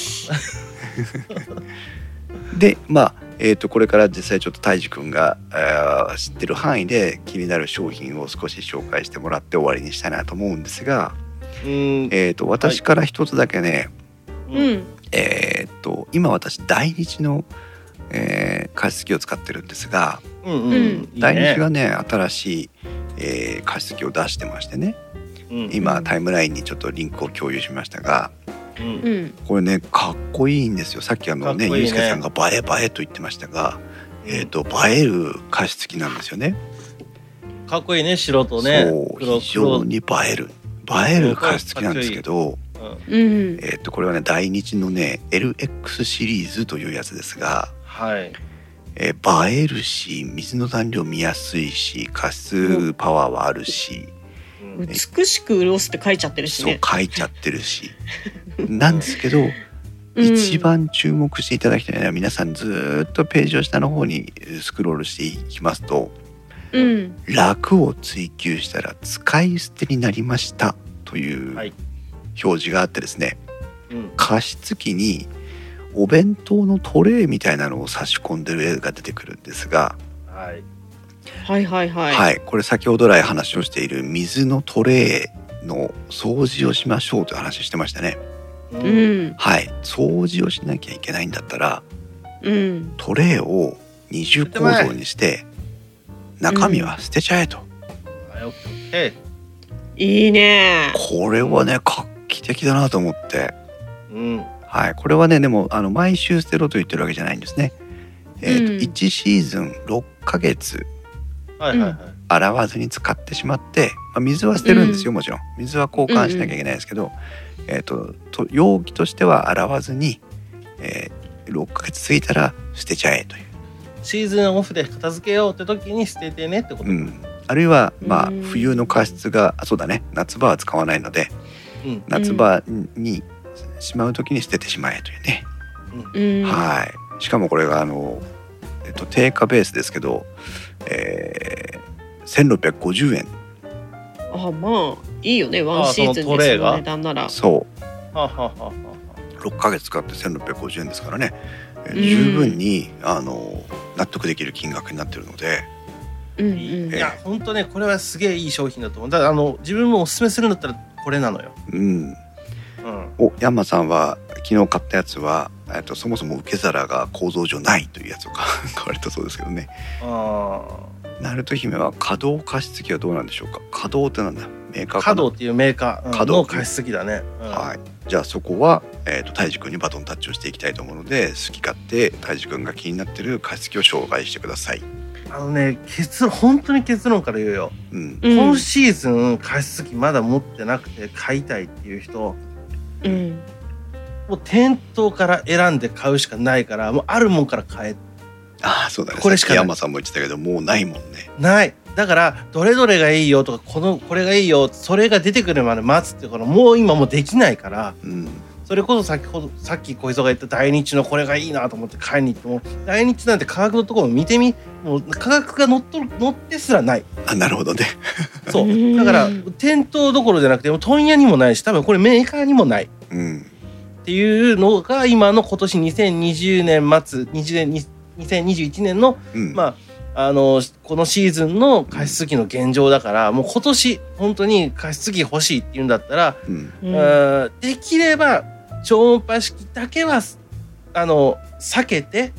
でまあこれから実際ちょっと泰治くんが知ってる範囲で気になる商品を少し紹介してもらって終わりにしたいなと思うんですが、私から一つだけね、今私大日の、加湿器を使ってるんですが、大日がね新しい、加湿器を出してましてね、今タイムラインにちょっとリンクを共有しましたが、これねかっこいいんですよ。さっきゆうすけさんが映えと言ってましたが、映える加湿器なんですよね。 かっこいいね、白とね。 そう非常に映える加湿器なんですけど、これはね大日のね LX シリーズというやつですが、映えるし水の残量見やすいし加湿パワーはあるし、 美しく潤すって書いちゃってるしね。 そう書いちゃってるしなんですけど、一番注目していただきたいのは、皆さんずっとページを下の方にスクロールしていきますと、楽を追求したら使い捨てになりましたという表示があってですね、加湿器にお弁当のトレイみたいなのを差し込んでる絵が出てくるんですが、これ先ほど来話をしている水のトレイの掃除をしましょうという話してましたね。掃除をしなきゃいけないんだったら、トレイを二重構造にして中身は捨てちゃえと。 いいね。 これはね画期的だなと思って、これはねでも毎週捨てろと言ってるわけじゃないんですね。1シーズン6ヶ月洗わずに使ってしまって、水は捨てるんですよ。もちろん水は交換しなきゃいけないですけど、容器としては洗わずに、6ヶ月過ぎたら捨てちゃえという。 シーズンオフで片付けようって時に捨ててねってこと、 あるいは冬の加湿がそうだね、夏場は使わないので、夏場にしまう時に捨ててしまえというね。しかもこれが定価ベースですけど、1650円。 まあいいよね、ワンシーズンでその値段なら。 そう6ヶ月使って1650円ですからね、十分に納得できる金額になってるので、 いや本当ねこれはすげえいい商品だと思う。だから自分もおすすめするんだったらこれなのよ。 ヤンマさんは昨日買ったやつは、 そもそも受け皿が構造上ないというやつを買われたそうですけどね。ナルト姫は可動加湿器はどうなんでしょうか。可動ってなんだ、メーカーかな。 可動っていうメーカーの加湿器だね。 はい、じゃあそこは、たいじくんにバトンタッチをしていきたいと思うので、好き勝手たいじくんが気になってる加湿器を紹介してください。 本当に結論から言うよ、今シーズン加湿器まだ持ってなくて買いたいっていう人、もう店頭から選んで買うしかないから、もうあるもんから買え。 そうだね。これしか山さんも言ってたけど、もうないもんね。 ない。だからどれどれがいいよとか、これがいいよ、それが出てくるまで待つっていうからもう今もうできないから、それこそさっき小磯が言った大日のこれがいいなと思って買いに行っても、大日なんて価格のところ見てみ、もう価格が乗ってすらない。 なるほどね。 そうだから店頭どころじゃなくて、問屋にもないし、多分これメーカーにもない、っていうのが今の今年2020年末2021年の、このシーズンの加湿器の現状だから、もう今年本当に加湿器欲しいっていうんだったら、できれば超音波式だけは避けて、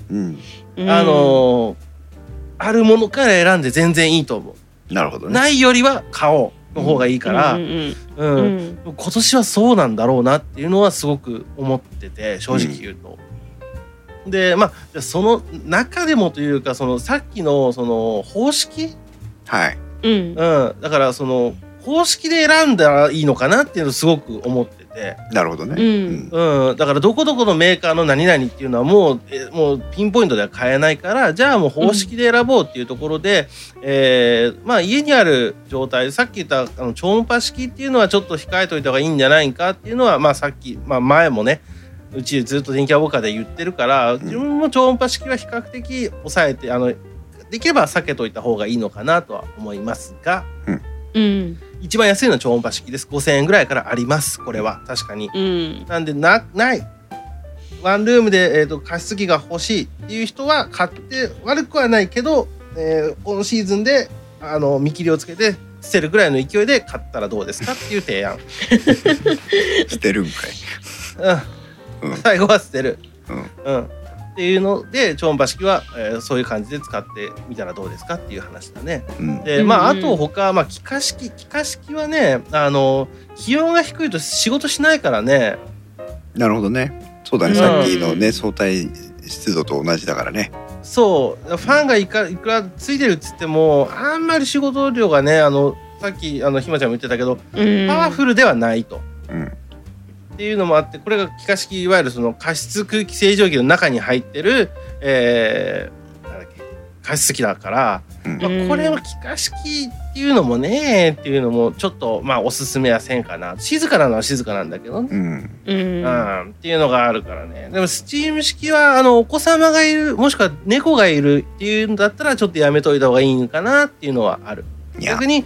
あるものから選んで全然いいと思う。 なるほどね。 ないよりは買おうの方がいいから、今年はそうなんだろうなっていうのはすごく思ってて、正直言うと。でその中でもというか、さっきの方式、だから方式で選んだらいいのかなっていうのをすごく思ってて。 なるほどね。 だからどこどこのメーカーの何々っていうのはもうピンポイントでは買えないから、じゃあもう方式で選ぼうっていうところで、家にある状態でさっき言った超音波式っていうのはちょっと控えといた方がいいんじゃないかっていうのは、さっき、前もねうちずっと電気屋ウォーカーで言ってるから、自分も超音波式は比較的抑えて、できれば避けといた方がいいのかなとは思いますが、一番安いのは超音波式です。5000円ぐらいからあります。これは確かに、なんでないワンルームで、加湿器が欲しいっていう人は買って悪くはないけど、今シーズンで見切りをつけて捨てるぐらいの勢いで買ったらどうですかっていう提案。 捨てるんかい。 最後は捨てる、っていうので超音波式は、そういう感じで使ってみたらどうですかっていう話だね。であと他、気化式はね、気温が低いと仕事しないからね。 なるほどね。そうだね、さっきのね相対湿度と同じだからね。 そうファンがいくらついてるっつってもあんまり仕事量がね、さっきひまちゃんも言ってたけど、パワフルではないと。っていうのもあって、これが気化式、いわゆる加湿空気清浄機の中に入ってる、加湿器だから、これを気化式っていうのもねっていうのもちょっとおすすめはせんかな。静かなのは静かなんだけどね、っていうのがあるからね。でもスチーム式はお子様がいる、もしくは猫がいるっていうんだったらちょっとやめといた方がいいのかなっていうのはある。逆に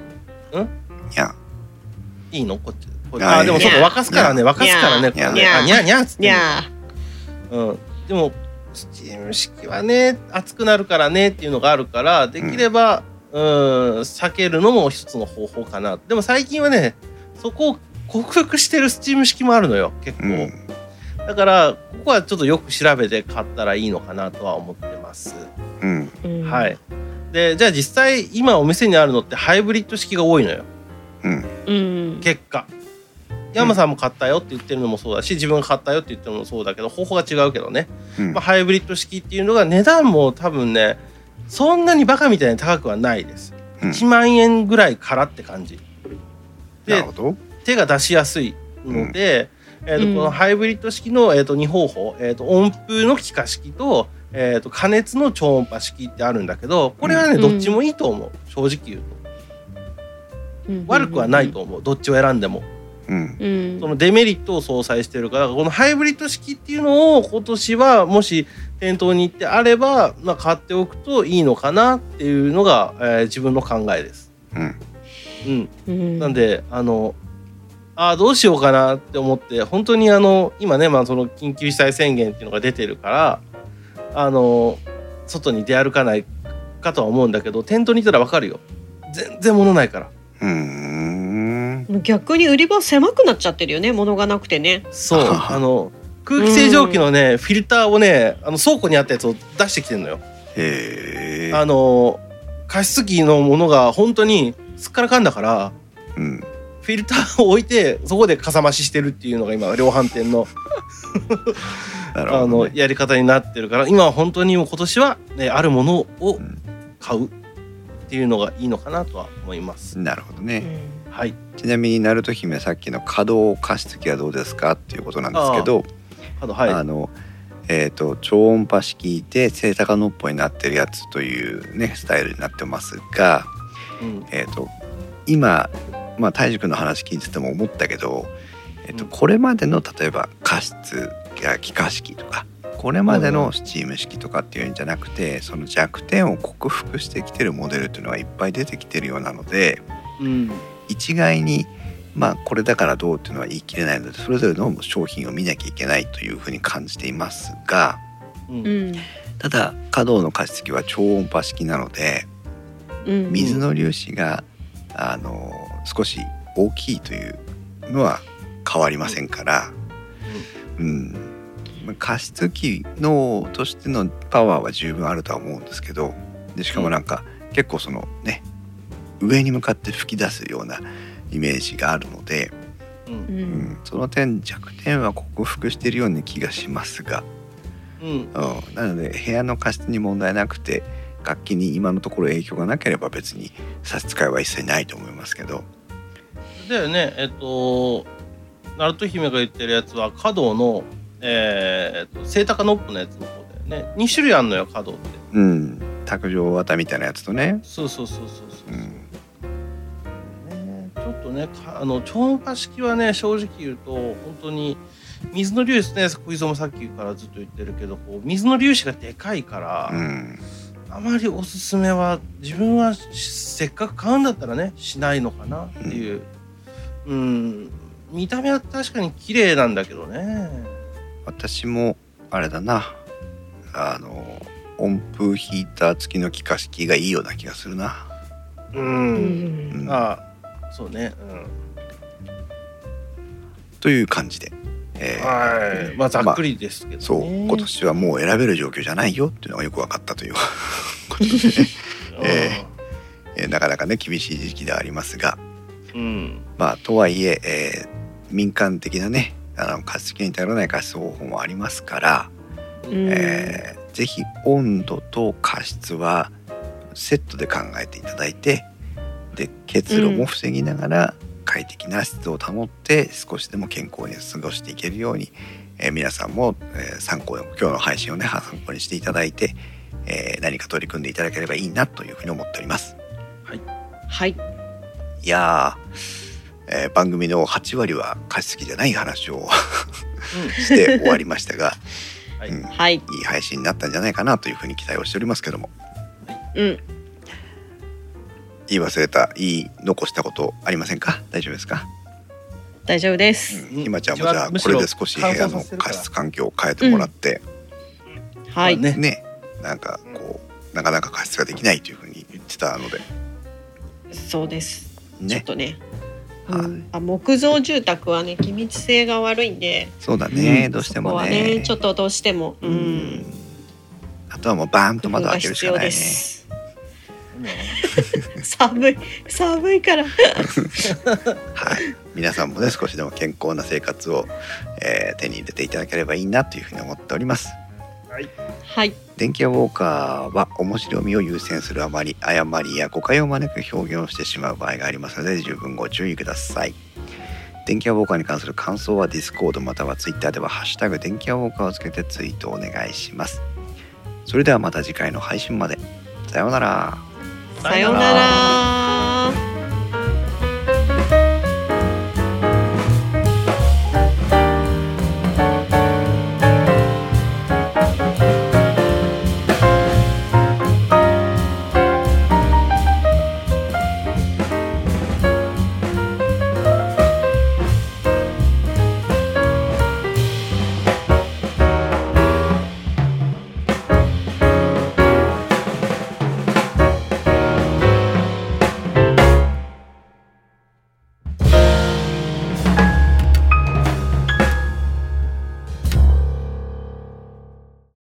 いいのこっちでもちょっと沸かすからね、これね、にゃっつって、でもスチーム式はね熱くなるからねっていうのがあるから、できれば避けるのも一つの方法かな。でも最近はねそこを克服してるスチーム式もあるのよ結構、だからここはちょっとよく調べて買ったらいいのかなとは思ってます。はい。でじゃあ実際今お店にあるのってハイブリッド式が多いのよ。結果山さんも買ったよって言ってるのもそうだし、自分が買ったよって言ってるのもそうだけど、方法が違うけどね、ハイブリッド式っていうのが値段も多分ねそんなにバカみたいに高くはないです。1万円ぐらいからって感じで、手が出しやすいので、このハイブリッド式の、2方法、温風の気化式と、加熱の超音波式ってあるんだけど、これはね、どっちもいいと思う。正直言うと、悪くはないと思う。どっちを選んでも。そのデメリットを相殺してるから、このハイブリッド式っていうのを今年はもし店頭に行ってあれば、買っておくといいのかなっていうのが、自分の考えです。なんでどうしようかなって思って、本当に今ね、その緊急事態宣言っていうのが出てるから外に出歩かないかとは思うんだけど、店頭にいたら分かるよ。全然物ないから。逆に売り場狭くなっちゃってるよね、物がなくてね。 そう空気清浄機のねフィルターをね倉庫にあったやつを出してきてるのよ。 へ加湿器のものが本当にすっからかんだから、 うん、 フィルターを置いてそこでかさ増ししてるっていうのが今量販店のね、やり方になってるから、今は本当にもう今年は、ね、あるものを買うっていうのがいいのかなとは思います。 なるほどね、 はい、 ちなみに鳴門姫さっきの可動加湿器はどうですかっていうことなんですけど、はい、超音波式で正高のっぽいになってるやつというねスタイルになってますが、うん、今、まあ、泰治君の話聞いてても思ったけど、これまでの例えば加湿や気化式とかこれまでのスチーム式とかっていうんじゃなくて、その弱点を克服してきてるモデルっていうのはいっぱい出てきてるようなので、うん、一概にまあこれだからどうっていうのは言い切れないので、それぞれの商品を見なきゃいけないというふうに感じていますが、うん、ただ可動の加湿器は超音波式なので、水の粒子が少し大きいというのは変わりませんから、加湿器のとしてのパワーは十分あるとは思うんですけど、でしかもなんか結構そのね上に向かって吹き出すようなイメージがあるので、その点弱点は克服しているような気がしますが、なので部屋の加湿に問題なくて楽器に今のところ影響がなければ別に差し支えは一切ないと思いますけど。 だよね、鳴門姫が言ってるやつは可動の、正高ノップのやつの方だよね。2種類あんのよ可動って。 卓上綿みたいなやつとね。 そう、ちょっとね超音波式はね正直言うと本当に水の粒子ね、小磯もさっきからずっと言ってるけどこう水の粒子がでかいから、あまりおすすめは自分はせっかく買うんだったらねしないのかなっていう、見た目は確かに綺麗なんだけどね。 私もあれだな、温風ヒーター付きの気化式がいいような気がするな。そうね、という感じで、 まあざっくりですけどね、 そう今年はもう選べる状況じゃないよっていうのがよく分かったということでね、なかなかね厳しい時期ではありますが、まあとはいえ民間的なね加湿器に頼らない加湿方法もありますから、ぜひ温度と加湿はセットで考えていただいて、で結露も防ぎながら快適な湿度を保って少しでも健康に過ごしていけるように、皆さんも、今日の配信をね参考にしていただいて、何か取り組んでいただければいいなというふうに思っております。 はい。 いや番組の8割は加湿器じゃない話をして終わりましたが、いい配信になったんじゃないかなというふうに期待をしておりますけども、言い忘れた言い残したことありませんか？大丈夫ですか？ 大丈夫です。 ひまちゃんもじゃあこれで少し部屋の加湿環境を変えてもらって、なんかこうなかなか加湿ができないというふうに言ってたので、 そうです、ちょっとね、木造住宅はね気密性が悪いんで、 そうだね、どうしてもね、 そこはねちょっとどうしても、 あとはもうバーンと窓開けるしかないね。 寒いから皆さんもね少しでも健康な生活を、手に入れていただければいいなというふうに思っております。電気屋ウォーカーは面白みを優先するあまり誤りや誤解を招く表現をしてしまう場合がありますので十分ご注意ください。電気屋ウォーカーに関する感想はディスコードまたはツイッターではハッシュタグ電気屋ウォーカーをつけてツイートお願いします。それではまた次回の配信まで。さようなら。 さようなら。